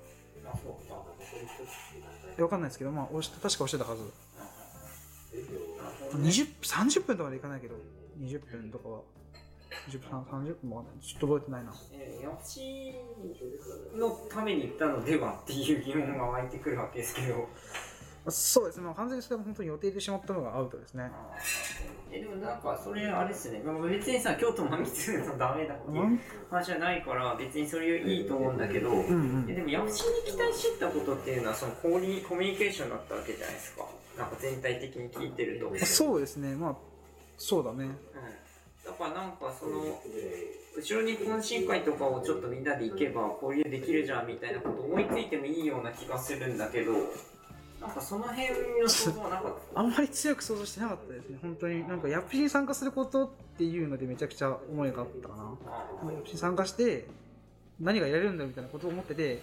分かんないですけど、確か押してたはず。30分とかでいかないけど20分とかは20分30分もわかんない。ちょっと覚えてないな。 ヤシのために行ったのではっていう疑問が湧いてくるわけですけど。 そうですね。完全にそれは本当に予定入れてしまったのがアウトですね。 でもなんかそれあれですね。別にさ京都満喫するのダメだっていう話じゃないから別にそれいいと思うんだけど、でもヤシに期待してたことっていうのはそのコミュニケーションだったわけじゃないですか。なんか全体的に聞いてると。 そうですね。そうだね。 だからなんか後ろに懇親会とかをちょっとみんなで行けば交流できるじゃんみたいなこと思いついてもいいような気がするんだけど、 なんかその辺の想像はなかった。 あんまり強く想像してなかったですね。本当になんかヤプシに参加することっていうのでめちゃくちゃ思いがあったかな。ヤプシに参加して何がやれるんだみたいなことを思ってて、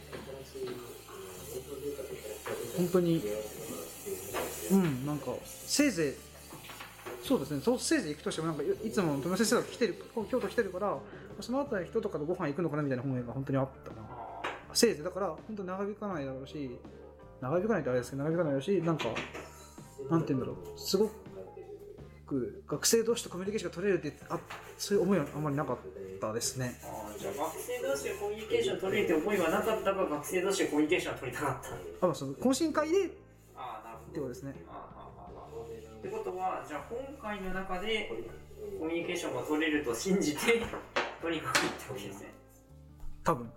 本当になんかせいぜいそうですね、せいぜい行くとしてもなんかいつも富山先生が京都来てるからその後に人とかとご飯行くのかなみたいな思いが本当にあったな。せいぜいだから本当に長引かないだろうし、長引かないとあれですけど長引かないだろうし、なんかなんて言うんだろう、すごく学生同士とコミュニケーションが取れるってそういう思いはあんまりなかったですね。 じゃあ学生同士でコミュニケーション取れるって思いはなかったが、学生同士でコミュニケーションは取りたかった。 その懇親会でってことですね。 ってことは、じゃあ今回の中でコミュニケーションが取れると信じて取りにくいってわけですね。 多分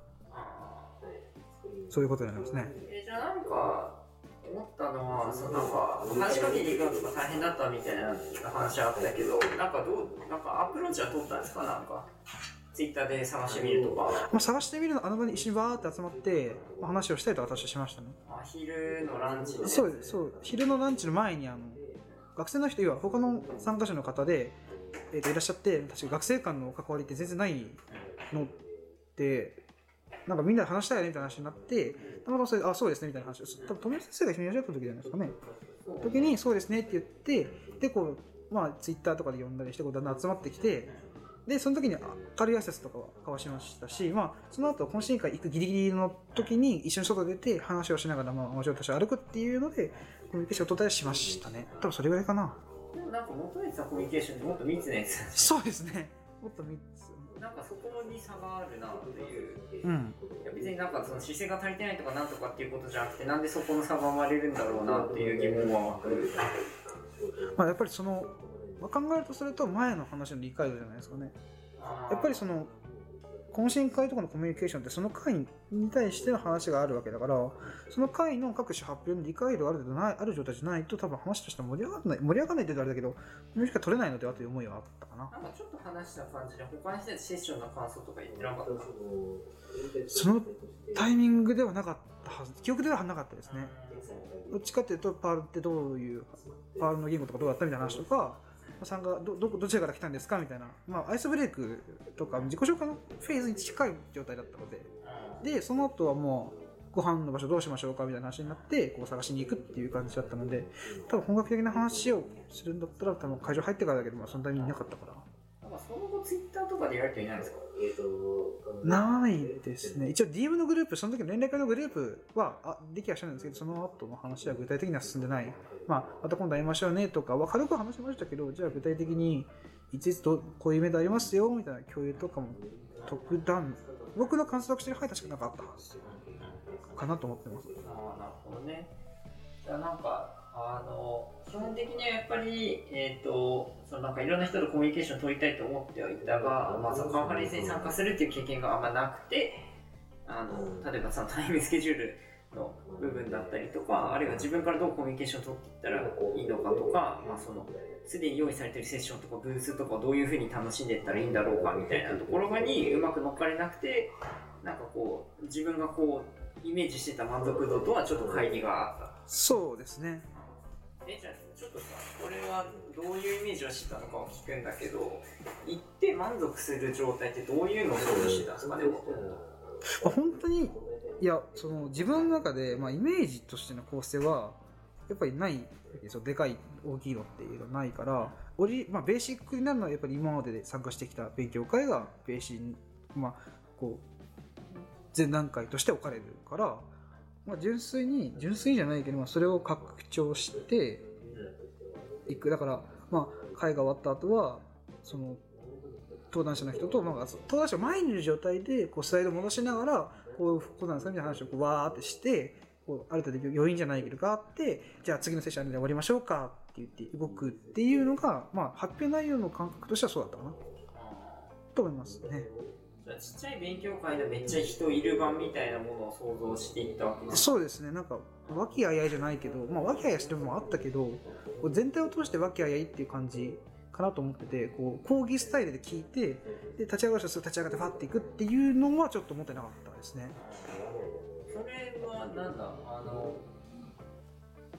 そういうことになりますね。 じゃあなんか思ったのは、なんか話しかけに行くのとか大変だったみたいな話あったけど、なんかアプローチは取ったんですか？なんかツイッターで探してみるとか。 探してみるの、あの場に一緒にバーって集まって話をしたりとか私はしましたね。 昼のランチで。 そう昼のランチの前に学生の人、他の参加者の方で、いらっしゃって、確か学生間の関わりって全然ないので、なんかみんなで話したいねみたいな話になって、たまたまそれそうですねみたいな話を、多分富山先生が一緒にいらっしゃった時じゃないですかね。時にそうですねって言って、でツイッターとかで呼んだりしてだんだん集まってきて、でその時に軽い挨拶とかは交わしましたし、その後懇親会行くギリギリの時に一緒に外出て話をしながらもちろん私は歩くっていうのでコミュニケーションを取ったりしましたね。多分それぐらいかな。 でもなんか求めてたコミュニケーションってもっと密なやつ。 そうですね。もっと密。 なんかそこに差があるなっていう。いや別になんかその姿勢が足りてないとかなんとかっていうことじゃなくて、なんでそこの差が生まれるんだろうなっていう疑問は湧く。 やっぱり考えるとすると前の話の理解度じゃないですかね。やっぱり懇親会とかのコミュニケーションってその会に対しての話があるわけだから、その会の各種発表の理解度がある状態じゃないと多分話として盛り上がらないって言うとあれだけど、コミュニケーションが取れないのではという思いはあったかな。 なんかちょっと話した感じで他にしてセッションの感想とか言ってなかった。 そのタイミングではなかったはず、記憶ではなかったですね。どっちかっていうとパールってどういうパールの言語とかどうだったみたいな話とか、参加 どちらから来たんですかみたいな、アイスブレイクとか自己紹介のフェーズに近い状態だったので、その後はもうご飯の場所どうしましょうかみたいな話になって探しに行くっていう感じだったので、多分本格的な話をするんだったら多分会場入ってからだけど、そのタイミングいなかったから。 その後ツイッターとかでやる人いないんですか？ ないですね。一応 DM のグループ、その時の連絡のグループはできはしたんですけど、その後の話は具体的には進んでない。また今度会いましょうねとかは軽く話しましたけど、じゃあ具体的にいついつとこういうイベントありますよみたいな共有とかも特段僕の観測してる範囲確かなかったはずかなと思ってます。 なるほどね。じゃあなんか基本的にはやっぱり、なんかいろんな人とコミュニケーションを取りたいと思ってはいたが、そのカンファレンスに参加するっていう経験があんまなくて、例えばそのタイムスケジュールの部分だったりとか、あるいは自分からどうコミュニケーションを取っていったらいいのかとか、すでに用意されているセッションとかブースとかをどういうふうに楽しんでいったらいいんだろうかみたいなところにうまく乗っかれなくて、なんか自分がイメージしてた満足度とはちょっと乖離があった。 そうですね。 じゃあちょっとさ、これはどういうイメージをしてたのかを聞くんだけど、行って満足する状態ってどういうのを想像してたんですかね？ 本当に自分の中で、イメージとしての構成はやっぱりないでかい大きいのっていうのはないから、ベーシックになるのはやっぱり今までで参加してきた勉強会がベーシック、前段階として置かれるから、純粋じゃないけど、それを拡張していく。だから会が終わった後はその登壇者の人と、登壇者前にいる状態でスライド戻しながらこういうことなんですかみたいな話をわーってして、ある程度余韻じゃないけどがあって、じゃあ次のセッションで終わりましょうかって言って動くっていうのが、発表内容の感覚としてはそうだったかなと思いますね。 ちっちゃい勉強会のめっちゃ人いる版みたいなものを想像していったわけです。 そうですね。なんか和気あいあいじゃないけど、和気あいあいしてるのもあったけど、全体を通して和気あいあいっていう感じかなと思ってて、講義スタイルで聞いて、で立ち上がる人すぐ立ち上がってファっていくっていうのはちょっと思ってなかったですね。 それはなんだ、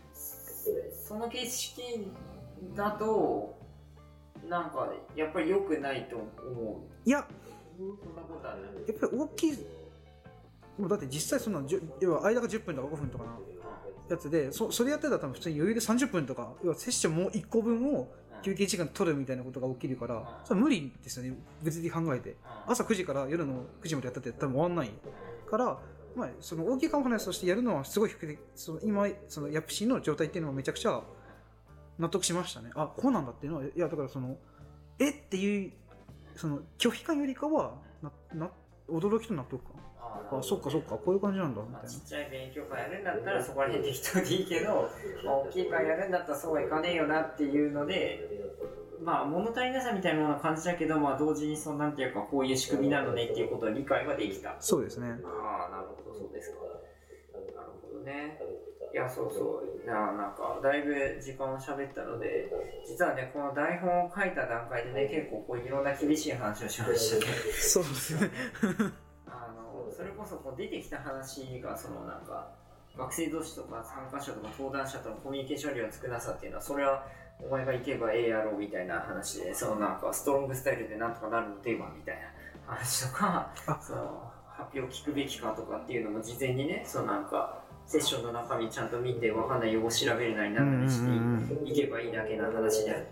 その形式だとなんかやっぱり良くないと思う。 いや、 そんなことはない。 やっぱり大きい、だって実際そんな要は間が10分とか5分とかなやつで、それやってたら多分普通に余裕で30分とか、要はセッションもう1個分を休憩時間取るみたいなことが起きるから、それは無理ですよね、別に考えて。朝9時から夜の9時までやったって多分終わんないから、まあ、その大きいカンファレンスとしてやるのはすごい今そのヤプシーの状態っていうのはめちゃくちゃ納得しましたね。あ、こうなんだっていうのは、いやだからそのっていうその拒否感よりかは驚きと納得感。あ、そっかそっか、こういう感じなんだみたいな。 ちっちゃい勉強会やるんだったらそこら辺適当でいいけど、大きい会やるんだったらそうはいかねえよなっていうので、まあ物足りなさみたいなものは感じたけど、まあ同時にそのなんていうかこういう仕組みなのねっていうことを理解はできた。 そうですね。 ああ、なるほど、そうですか。なるほどね。いや、そうそう。なんかだいぶ時間を喋ったので、実はねこの台本を書いた段階でね結構こういろんな厳しい話をしましたね。 そうですね。 それこそこう出てきた話がそのなんか学生同士とか参加者とか登壇者とのコミュニケーション量の少なさっていうのはそれはお前が行けばええやろうみたいな話で、そのなんかストロングスタイルでなんとかなるのテーマみたいな話とか、その発表を聞くべきかとかっていうのも事前にね、そのなんかセッションの中身ちゃんと見て分かんない用語調べるなりなんなりしていけばいいだけの話であって、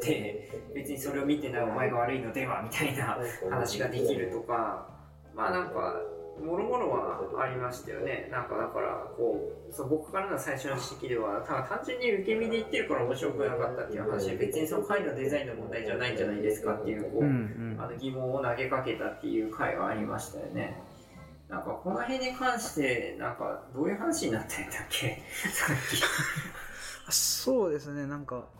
別にそれを見てないお前が悪いのではみたいな話ができるとか、まあなんかもろもろはありましたよね。なんかだからこう僕からの最初の指摘では単純に受け身で言ってるから面白くなかったっていう話で、別にその回のデザインの問題じゃないんじゃないですかっていう疑問を投げかけたっていう回はありましたよね。なんかこの辺に関してなんかどういう話になってんだっけさっき。そうですね、なんか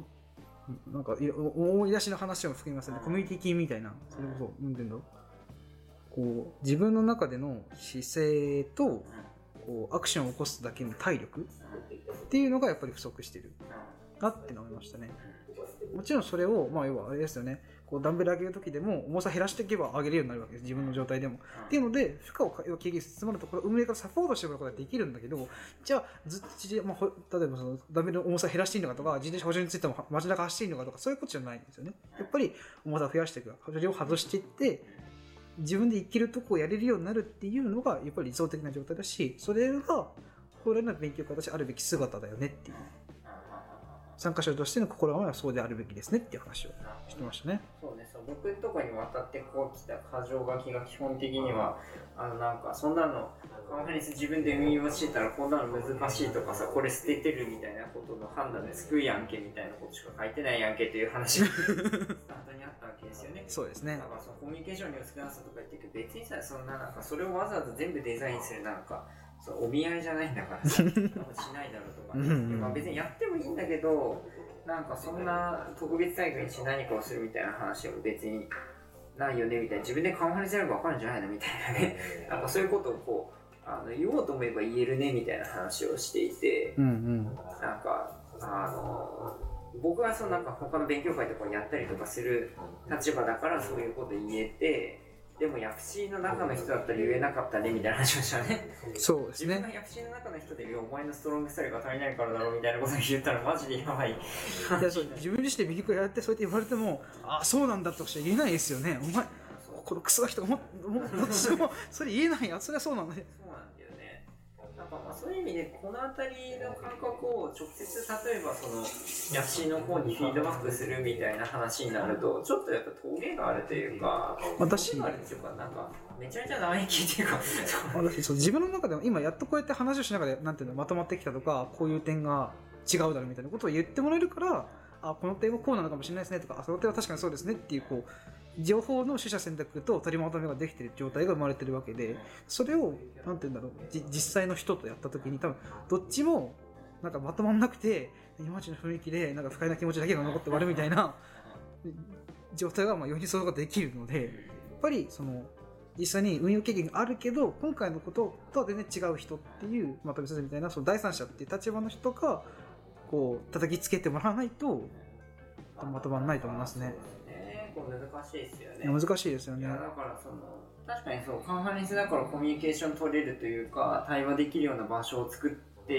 思い出しの話も含みますね。コミュニティ系みたいな、それこそなんていうんだろう、こう自分の中での姿勢とこうアクションを起こすだけの体力っていうのがやっぱり不足してるなって思いましたね。もちろんそれを、まあ要はあれですよね、こうダンベル上げる時でも重さ減らしていけば上げれるようになるわけです、自分の状態でも。っていうので負荷を軽減して詰まるところ運営からサポートしてもらうことができるんだけど、じゃあ例えばそのダンベルの重さ減らしていいのかとか、自転車補助についても街中走っていいのかとか、そういうことじゃないんですよね。やっぱり重さを増やしていく、補助を外していって自分で生きるとこをやれるようになるっていうのがやっぱり理想的な状態だし、それが本来の勉強会としてあるべき姿だよねっていう、参加者としての心構えはそうであるべきですねっていう話をしてましたね。 そうね、僕のところに渡ってこう来た箇条書きが基本的にはなんかそんなのカンファレンス自分で運用してたらこんなの難しいとかさ、これ捨ててるみたいなことの判断で救いやんけみたいなことしか書いてないやんけという話がスタートにあったわけですよね。 そうですね。 だからそのコミュニケーション量少なさとか言ってるけど、別にさ、そんななんかそれをわざわざ全部デザインするなんかお見合いじゃないんだからさ、しないだろうとか、ねまあ、別にやってもいいんだけど、なんかそんな特別待遇にして何かをするみたいな話も別にないよねみたいな、自分でカンファレンスやれば分かるんじゃないのみたいなね、なんかそういうことをこう言おうと思えば言えるねみたいな話をしていて、なんか僕はそのなんか他の勉強会とかやったりとかする立場だからそういうこと言えて、でもヤプシーの中の人だったら言えなかったねみたいな話をしたね。 そうですね。 自分がヤプシーの中の人でお前のストロングスタイルが足りないからだろうみたいなことを言ったらマジでやばい。いやそう自分自身で勉強会やってそうやって言われても、ああそうなんだとしか言えないですよね。お前このクソが人がもそれ言えないや、それはそうなんだよ。 そうなんだよね。なんかまあそういう意味でこの辺りの感覚を直接例えばそのヤプシーの方にフィードバックするみたいな話になるとちょっとやっぱ峠があるというか、 私があるっていうかなんかめちゃめちゃ生意気っていうか私そう自分の中でも今やっとこうやって話をしながらなんていうのまとまってきたとか、こういう点が違うだろうみたいなことを言ってもらえるから、あこの点はこうなのかもしれないですねとか、その点は確かにそうですねっていうこう情報の取捨選択と取りまとめができている状態が生まれているわけで、それをなんていうんだろう、実際の人とやった時に多分どっちもなんかまとまんなくて、今までの雰囲気でなんか不快な気持ちだけが残って終わるみたいな状態がより想像ができるので、やっぱりその実際に運用経験があるけど今回のこととは全然違う人っていうまとめさせみたいな、その第三者っていう立場の人がこう叩きつけてもらわないとまとまらないと思いますね。 難しいですよね。 難しいですよね。 いやだからその確かにそうカンファレンスだからコミュニケーション取れるというか対話できるような場所を作って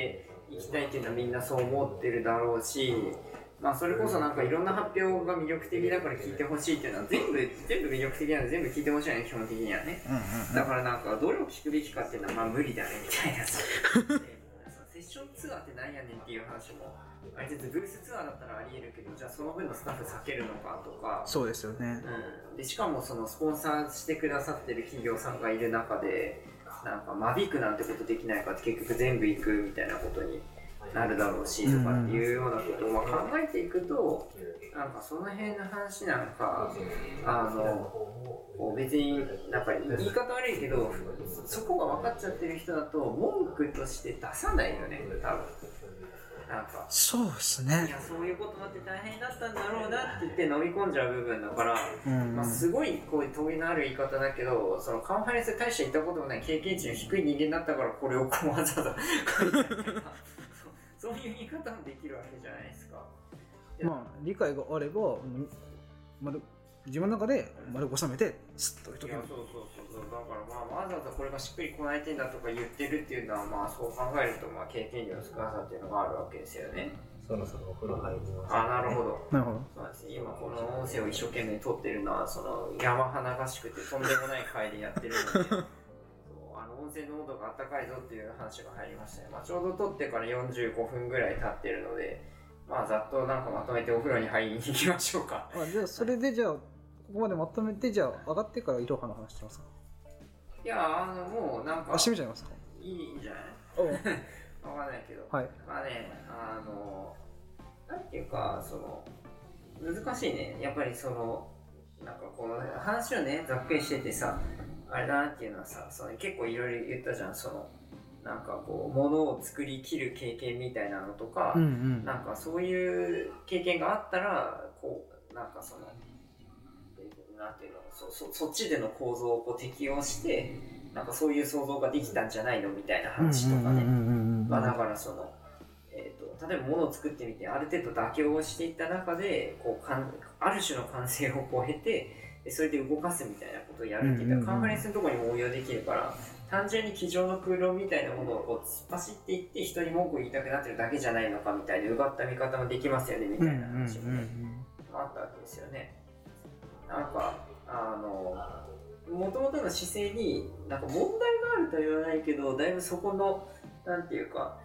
いきたいっていうのはみんなそう思ってるだろうし、まあそれこそなんかいろんな発表が魅力的だから聞いてほしいっていうのは全部魅力的なので全部聞いてほしいよね、基本的にはね。だからなんかどれを聞くべきかっていうのはまあ無理だねみたいなさ。セッションツアーってなんやねんっていう話もあれブースツアーだったらありえるけど、じゃあその分のスタッフ避けるのかとか。 そうですよね。 でしかもそのスポンサーしてくださってる企業さんがいる中でなんか間引くなんてことできないかって結局全部行くみたいなことになるだろうしとかっていうようなことを考えていくと、なんかその辺の話なんか別になんか言い方悪いけどそこが分かっちゃってる人だと文句として出さないよね多分。なんかそうですね。 いやそういうことだって大変だったんだろうなって言って飲み込んじゃう部分だから、まあ、すごいこういう問いのある言い方だけど、そのカンファレンスで大して行ったこともない経験値の低い人間だったからこれをこうわざわざ書いてあるからそういう言い方もできるわけじゃないですか。 まあ理解があれば自分の中で丸く収めてスッと置いとけば。 そうだからまあわざわざこれがしっくりこない点だとか言ってるっていうのはまあそう考えるとまあ経験量の少なさっていうのがあるわけですよね。 そろそろお風呂入ります、 ね。なるほど。 なるほど。 そうですね。今この音声を一生懸命撮ってるのはその山花がしくてとんでもない回でやってるので音声濃度があったかいぞっていう話が入りましたね。まあ、ちょうど撮ってから45分ぐらい経ってるので、まあざっとなんかまとめてお風呂に入りに行きましょうか。 じゃあそれでじゃあここまでまとめて、じゃあ上がってからいろはの話してますか。 いやもうなんか閉めちゃいますか。 いいんじゃないわかんないけど、 はい、 まあねなんていうかその難しいね。やっぱりそのなんかこの話をねざっくりしててさあれだなっていうのはさ、その結構いろいろ言ったじゃん。そのなんかこう物を作りきる経験みたいなのとか、なんかそういう経験があったらこうなんかそのなんていうのそっちでの構造をこう適用してなんかそういう想像ができたんじゃないのみたいな話とかね。まあだからその例えば物を作ってみてある程度妥協をしていった中でこうある種の完成をこう経てそれで動かすみたいなことをやるっていったらカンファレンスのところにも応用できるから、単純に机上の空論みたいなものをこう突っ走っていって人に文句を言いたくなってるだけじゃないのかみたいなうがった見方もできますよねみたいな話もねあったわけですよね。なんかもともとの姿勢になんか問題があるとは言わないけど、だいぶそこのなんていうか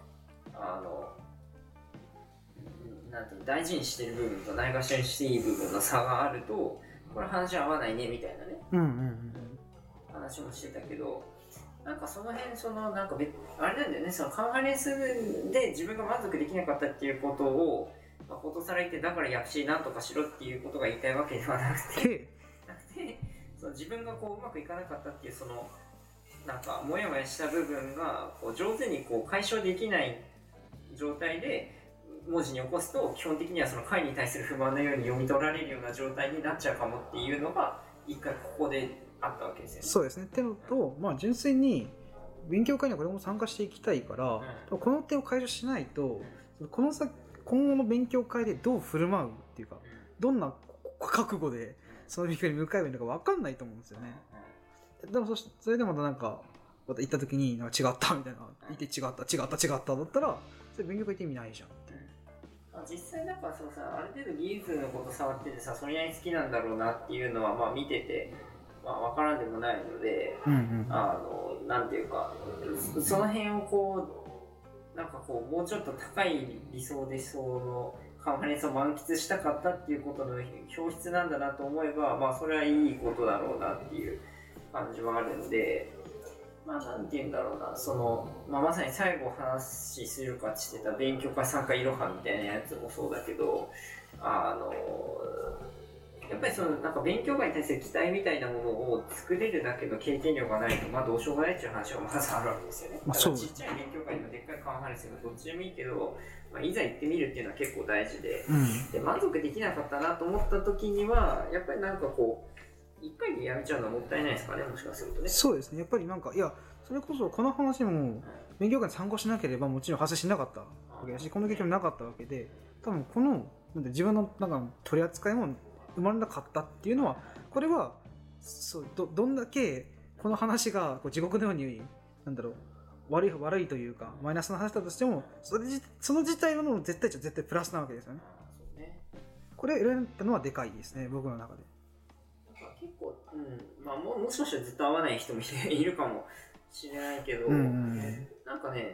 なんていう大事にしてる部分とないがしろにしていい部分の差があるとこれ話合わないねみたいなね、話もしてたけど、なんかその辺なんかあれなんだよね。そのカンファレンスで自分が満足できなかったっていうことをことさら言ってだから薬師なんとかしろっていうことが言いたいわけではなくてその自分がこううまくいかなかったっていうそのなんかモヤモヤした部分がこう上手にこう解消できない状態で文字に起こすと基本的にはその会に対する不満のように読み取られるような状態になっちゃうかもっていうのが一回ここであったわけですよね。 そうですね。ってのと、まあ、純粋に勉強会にはこれも参加していきたいから、この点を解消しないと今後の勉強会でどう振る舞うっていうか、どんな覚悟でその勉強に向かえばいいのか分かんないと思うんですよね。でもそれでまたなんかまた行った時になんか違ったみたいな言って違っただったらそれ勉強会って意味ないじゃんっていう。 実際だからある程度技術のこと触っててさ、それなりに好きなんだろうなっていうのはまあ見てて、まあ、分からんでもないので、なんていうかその辺をこうなんかこうもうちょっと高い理想でそのカンファレンスを満喫したかったっていうことの表出なんだなと思えば、まあそれはいいことだろうなっていう感じはあるので、まあなんていうんだろうな、まさに最後話するかしてた勉強会参加いろはみたいなやつもそうだけど、やっぱりなんか勉強会に対する期待みたいなものを作れるだけの経験量がないと、まあどうしようがないっていう話がまずあるわけですよね。だからちっちゃい勉強会にもでっかいカンファレンスがどっちでもいいけど、まあ、いざ行ってみるっていうのは結構大事で、で満足できなかったなと思った時にはやっぱりなんかこう一回でやめちゃうのはもったいないですかね、もしかするとね。そうですね。 やっぱりなんかそれこそこの話も勉強会に参加しなければもちろん発生しなかったわけだし、この経験もなかったわけで、多分この自分のなんか取り扱いも生まれなかったっていうのは、これはどんだけこの話がこう地獄のように悪いというかマイナスな話だとしてもその自体の絶対プラスなわけですよね。 そうね。 これを選んだのはでかいですね、僕の中で。 結構、まあもしかしたらずっと会わない人もいるかもしれないけど、なんかね、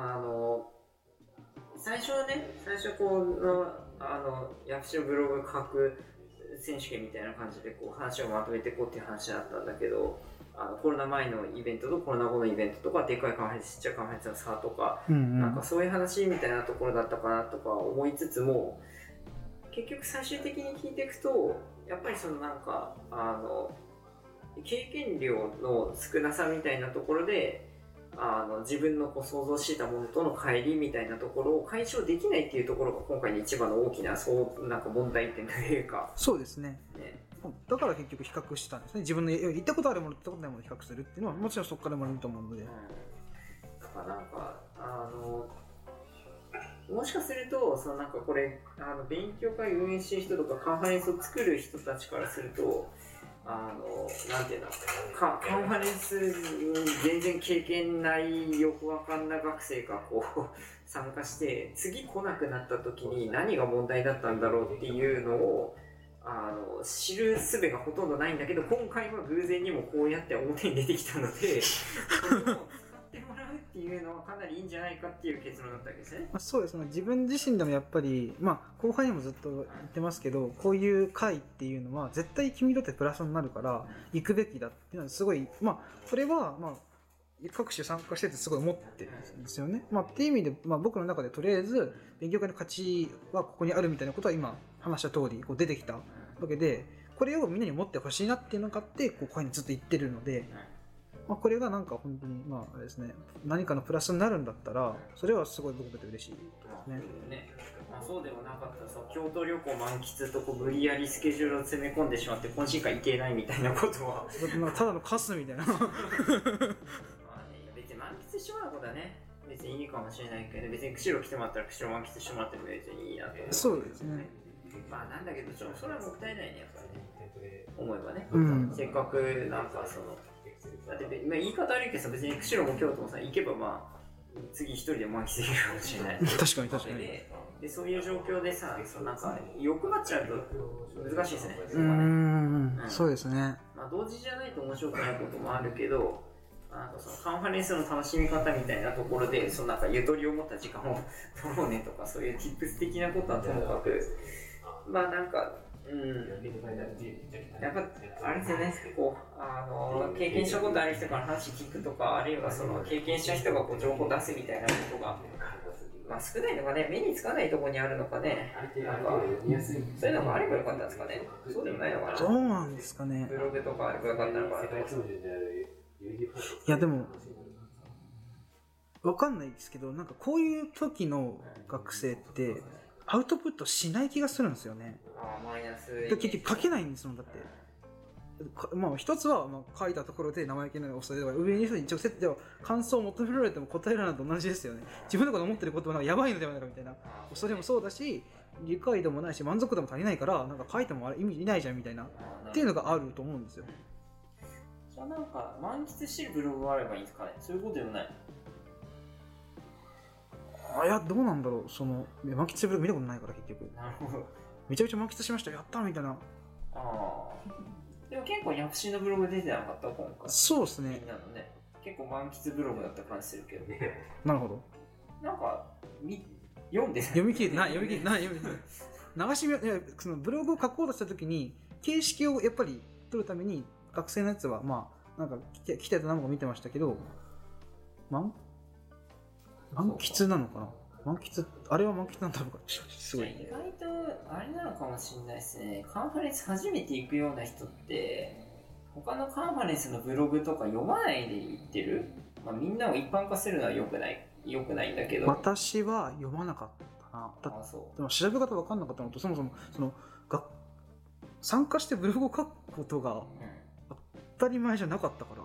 最初こう役所ブログ書く選手権みたいな感じでこう話をまとめていこうっていう話だったんだけど、コロナ前のイベントとコロナ後のイベントとか、でかいカンファレンスちっちゃいカンファレンスの差とか、なんかそういう話みたいなところだったかなとか思いつつも、結局最終的に聞いていくとやっぱりそのなんか経験量の少なさみたいなところで自分のこう想像していたものとの乖離みたいなところを解消できないっていうところが今回の一番の大きななんか問題点というか。 そうですね。だから結局比較したんですね。自分の言ったことあるものと言ったことないものを比較するっていうのはもちろんそこからもらえると思うので、 だからなんかもしかするとそのなんかこれ勉強会運営してる人とかカンファレンスを作る人たちからするとなんていうのカンファレンスに全然経験ないよくわかんな学生がこう参加して次来なくなった時に何が問題だったんだろうっていうのを知る術がほとんどないんだけど、今回は偶然にもこうやって表に出てきたのでそれを使ってもらうっていうのはかなりいいんじゃないかっていう結論だったわけですね。 そうですね。自分自身でもやっぱり、後輩にもずっと言ってますけど、こういう会っていうのは絶対君にとってプラスになるから行くべきだっていうのはすごい、それは各種参加しててすごい思ってるんですよね。っていう意味で、僕の中でとりあえず勉強会の価値はここにあるみたいなことは今話した通りこう出てきたわけで、これをみんなに持ってほしいなっていうのがあってこういうふうにずっと言ってるので、これがなんか本当にあれですね、何かのプラスになるんだったらそれはすごい僕と嬉しいですね。 そうでもなかったらさ、京都旅行満喫とこう無理やりスケジュールを詰め込んでしまって懇親会行けないみたいなことはただのカスみたいな別に満喫してもらうことはね別にいいかもしれないけど、別に釧路来てもらったら釧路満喫してもらっても別にいいなと思う。 そうですね。 なんだけどそれはもったいないね、やっぱりね、思えばね、せっかくなんかそのだって言い方悪いけどさ、別に釧路も京都もさ行けば次一人で満喫できるかもしれない確かにでそういう状況でさ、なんか欲張っちゃうと難しいですね。 そうですね。 同時じゃないと面白くないこともあるけど、なんかそのカンファレンスの楽しみ方みたいなところでそのなんかゆとりを持った時間を取ろうねとか、そういう tips 的なことはともかくなんかやっぱあれですよね、こう経験したことある人から話聞くとか、あるいはその経験した人がこう情報を出すみたいなことが少ないのかね、目につかないところにあるのかね、なんかそういうのがあればよかったんですかね。そうでもないのかな。 どうなんですかね。 ブログとかあればよかったのかなとか。 いやでもわかんないですけど、なんかこういう時の学生ってアウトプットしない気がするんですよね。 マイナス結局書けないんですもん。だって一つは書いたところで生意気なのを押さえれば、上に人に直接では感想を求められても答えられないのと同じですよね。自分のこと思ってることはやばいのではないかみたいな、それもそうだし理解度もないし満足度も足りないからなんか書いても意味ないじゃんみたいなっていうのがあると思うんですよ。 じゃあなんか満喫してるブログがあればいいんですかね。そういうことでもない。 いやどうなんだろう、その満喫してるブログ見たことないから結局。 なるほど。 めちゃめちゃ満喫しましたやったみたいな。 でも結構躍進のブログ出てなかった今回。 そうですね。 みんなのね、結構満喫ブログだった感じするけど。 なるほど。 なんか読んで読み切れない流し見、そのブログを書こうとした時に形式をやっぱり取るために学生のやつはなんか来てた何個見てましたけど、満喫なのかな。あれは満喫なんだろうか。すごい。 意外とあれなのかもしれないですね。カンファレンス初めて行くような人って他のカンファレンスのブログとか読まないで行ってる。みんなを一般化するのは良くないんだけど。私は読まなかったな。でも調べ方分かんなかったのと、そもそも参加してブログを書くことが当たり前じゃなかったから、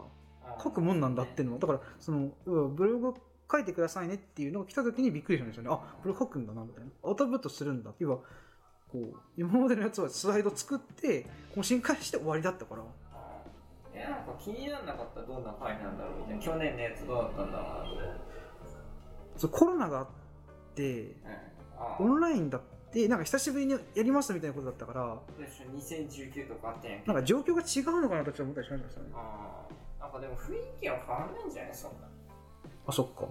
書くもんなんだっていうのは、だからそのブログ書いてくださいねっていうのが来た時にびっくりしたんですよね。これ書くんだなみたいな。アウトプットするんだ。要はこう今までのやつはスライド作って懇親会して終わりだったから。 なんか気にならなかったらどんな回なんだろうみたいな。去年のやつどうだったんだろうなと。 そうコロナがあって、オンラインだってなんか久しぶりにやりますみたいなことだったから、 2019とかあったやんけ。 なんか状況が違うのかなとちょっと思ったりしましたね。 なんかでも雰囲気は変わんないんじゃないそんな。 あ、そっか。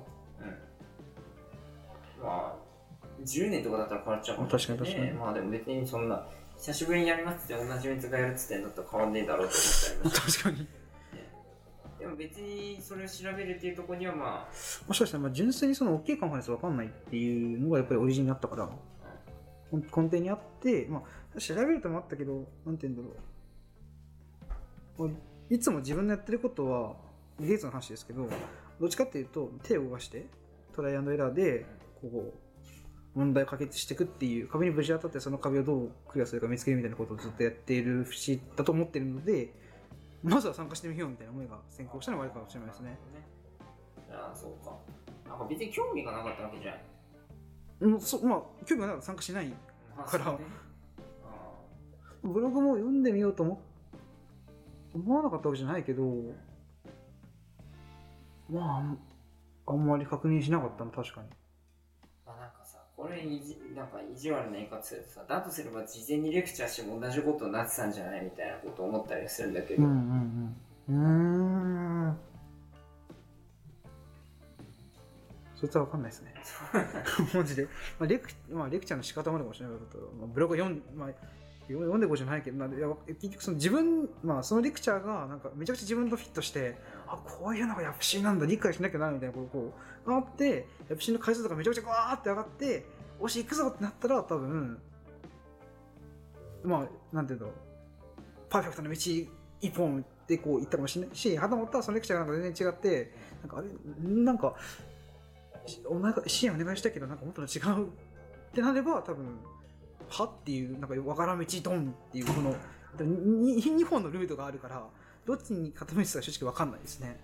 まあ10年とかだったら変わっちゃうかもしれない、ね。 確かに。 まあでも別にそんな久しぶりにやりますって同じメンツがやるっつってんだったら変わんねえだろうと思ったりも確かに。 でも別にそれを調べるっていうところにはまあもしかしたら純粋にその大きいカンファレンス分かんないっていうのがやっぱりオリジンにあったから、根底にあって、まあ、調べるともあったけど、なんて言うんだろう、いつも自分のやってることは技術の話ですけど、どっちかっていうと手を動かしてトライアンドエラーでこう問題を解決していくっていう、壁に無事当たってその壁をどうクリアするか見つけるみたいなことをずっとやっている節だと思っているので、まずは参加してみようみたいな思いが先行したのもあるかもしれないですね。 ああ、そうか。なんか別に興味がなかったわけじゃない。 まあ、興味がなかったら参加しないから、ブログも読んでみようと思わなかったわけじゃないけど、まあ、あんまり確認しなかったの、確かに。 まあなんかさ、これなんか意地悪な言い方するとさ、だとすれば事前にレクチャーしても同じことになってたんじゃないみたいなことを思ったりするんだけど。 そいつは分かんないですね。マジで。レクチャーの仕方もあるかもしれないけど、ブログ読んでこうじゃないけど、結局その自分、そのレクチャーがなんかめちゃくちゃ自分とフィットして、あ、こういうのがヤプシーなんだ、理解しなきゃなみたいなことがあって、ヤプシーの回数とかめちゃくちゃガーって上がって、おし行くぞってなったら多分、なんていうんだろう、パーフェクトな道一本でこう行ったかもしれないし、はたまたそのレクチャーがなんか全然違って、なんか支援お願いしたけどなんかもっと違うってなれば多分はっていうなんかわからん道ドンっていうこの2本のルートがあるからどっちに傾いてたか正直わかんないですね。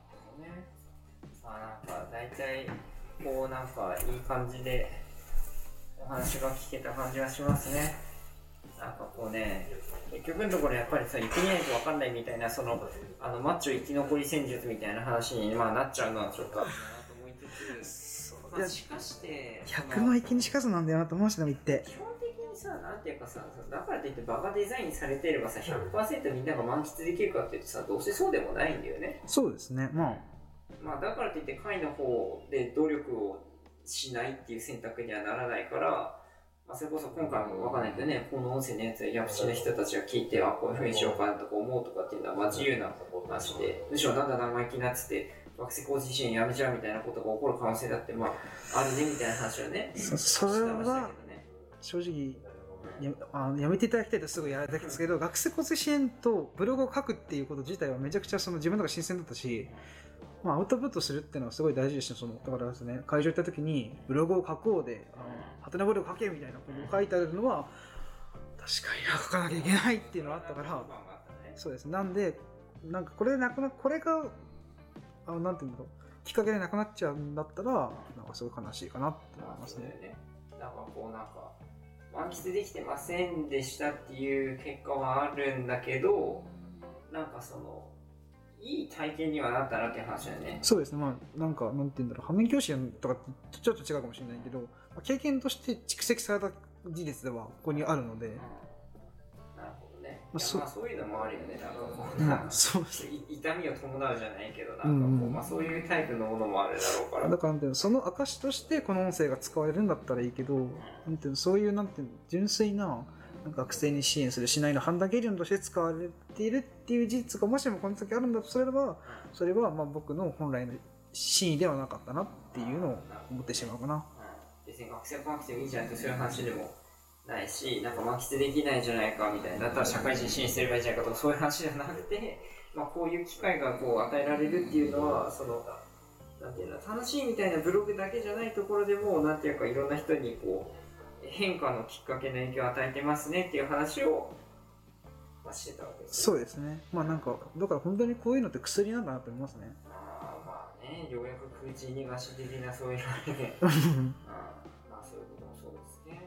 なんか大体こうなんかいい感じでお話が聞けた感じがしますね。なんかこうね、結局のところやっぱりさ、行ってみないと分かんないみたいなそのマッチョ生き残り戦術みたいな話になっちゃうのはちょっとあるなと思いつつ、しかして 100万一気にしかずなんだよなと思うしね、言って基本的にさ、なんていうかさ、だからといって場がデザインされていればさ 100% みんなが満喫できるかっていうとさ、どうせそうでもないんだよね。 そうですね。 だからといって会の方で努力をしないっていう選択にはならないから、それこそ今回も分かんないけどね、この音声のやつヤプシの人たちが聞いて、こういう風にしようかなとか思うとかっていうのは自由な話で、むしろなんだ生意気になってて学生コーチ自身やめちゃうみたいなことが起こる可能性だってあるねみたいな話をね。 それは正直やめていただきたいとすぐやられたんですけど、学生コーチ支援とブログを書くっていうこと自体はめちゃくちゃ自分の中で新鮮だったし、アウトプットするっていうのはすごい大事ですよ。だからですね、会場行った時にブログを書こうでハテナブログ書けみたいなことを書いてあるのは確かに書かなきゃいけないっていうのがあったから、そうです。なんでなんかこれがなんていうんだろう、きっかけでなくなっちゃうんだったらなんかすごい悲しいかなって思いますね。 なんかこう満喫できてませんでしたっていう結果はあるんだけど、なんかいい体験にはなったなっていう話だよね。 そうですね。なんていうんだろう、反面教師とかちょっと違うかもしれないけど、経験として蓄積された事実ではここにあるので。 なるほどね。そういうのもあるよね。痛みを伴うじゃないけど、そういうタイプのものもあるだろうから。 だからその証としてこの音声が使われるんだったらいいけど、そういう純粋な学生に支援するしないの判断基準として使われているっていう事実がもしもこの先あるんだとすれば、それは僕の本来の真意ではなかったなっていうのを思ってしまうかな。 別に学生が来なくてもいいじゃないとそういう話でもないし、満喫できないじゃないかみたいな、だったら社会人支援すればいいじゃないかとかそういう話じゃなくて、こういう機会が与えられるっていうのはなんていうの、楽しいみたいなブログだけじゃないところでもなんていうかいろんな人に変化のきっかけの影響を与えてますねっていう話をしてたわけです、ね。 そうですね。だから本当にこういうのって薬なんだなと思いますね。 ようやく空中逃がし的なそういうので、そういうこともそうですね。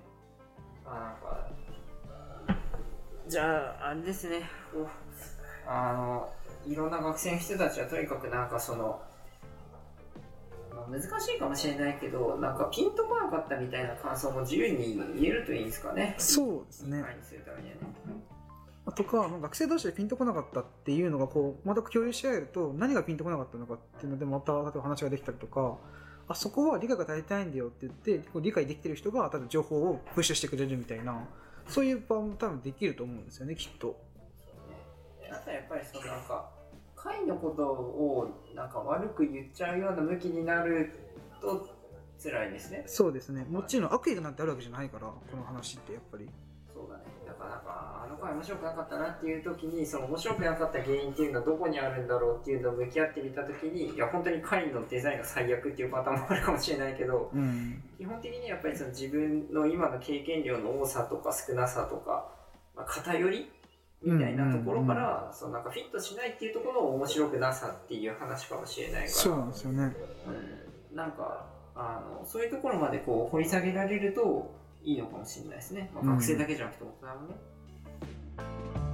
じゃああれですね。 いろんな学生の人たちはとにかくなんかその、難しいかもしれないけど、なんかピンとこなかったみたいな感想も自由に言えるといいんですかね。 そうですね。 はい、するためにはね。 とか、学生同士でピンとこなかったっていうのがこう、また共有し合えると、何がピンとこなかったのかっていうので、また例えば話ができたりとか、あそこは理解が足りてないんだよって言って、理解できてる人が、例えば情報をプッシュしてくれるみたいな、そういう場も多分できると思うんですよね、きっと。 そうね。あとやっぱりそのなんか、会のことをなんか悪く言っちゃうような向きになると辛いですね。 そうですね。もちろん悪意がなんてあるわけじゃないから、この話ってやっぱり。 そうだね。だからなんかあの回面白くなかったなっていう時に、その面白くなかった原因っていうのはどこにあるんだろうっていうのを向き合ってみた時に、いや本当に会のデザインが最悪っていうパターンもあるかもしれないけど、基本的にやっぱりその自分の今の経験量の多さとか少なさとか、偏りみたいなところから、そのなんかフィットしないっていうところの面白くなさっていう話かもしれないから。 そうなんですよね。 なんかそういうところまでこう掘り下げられるといいのかもしれないですね。学生だけじゃなくて大人もね。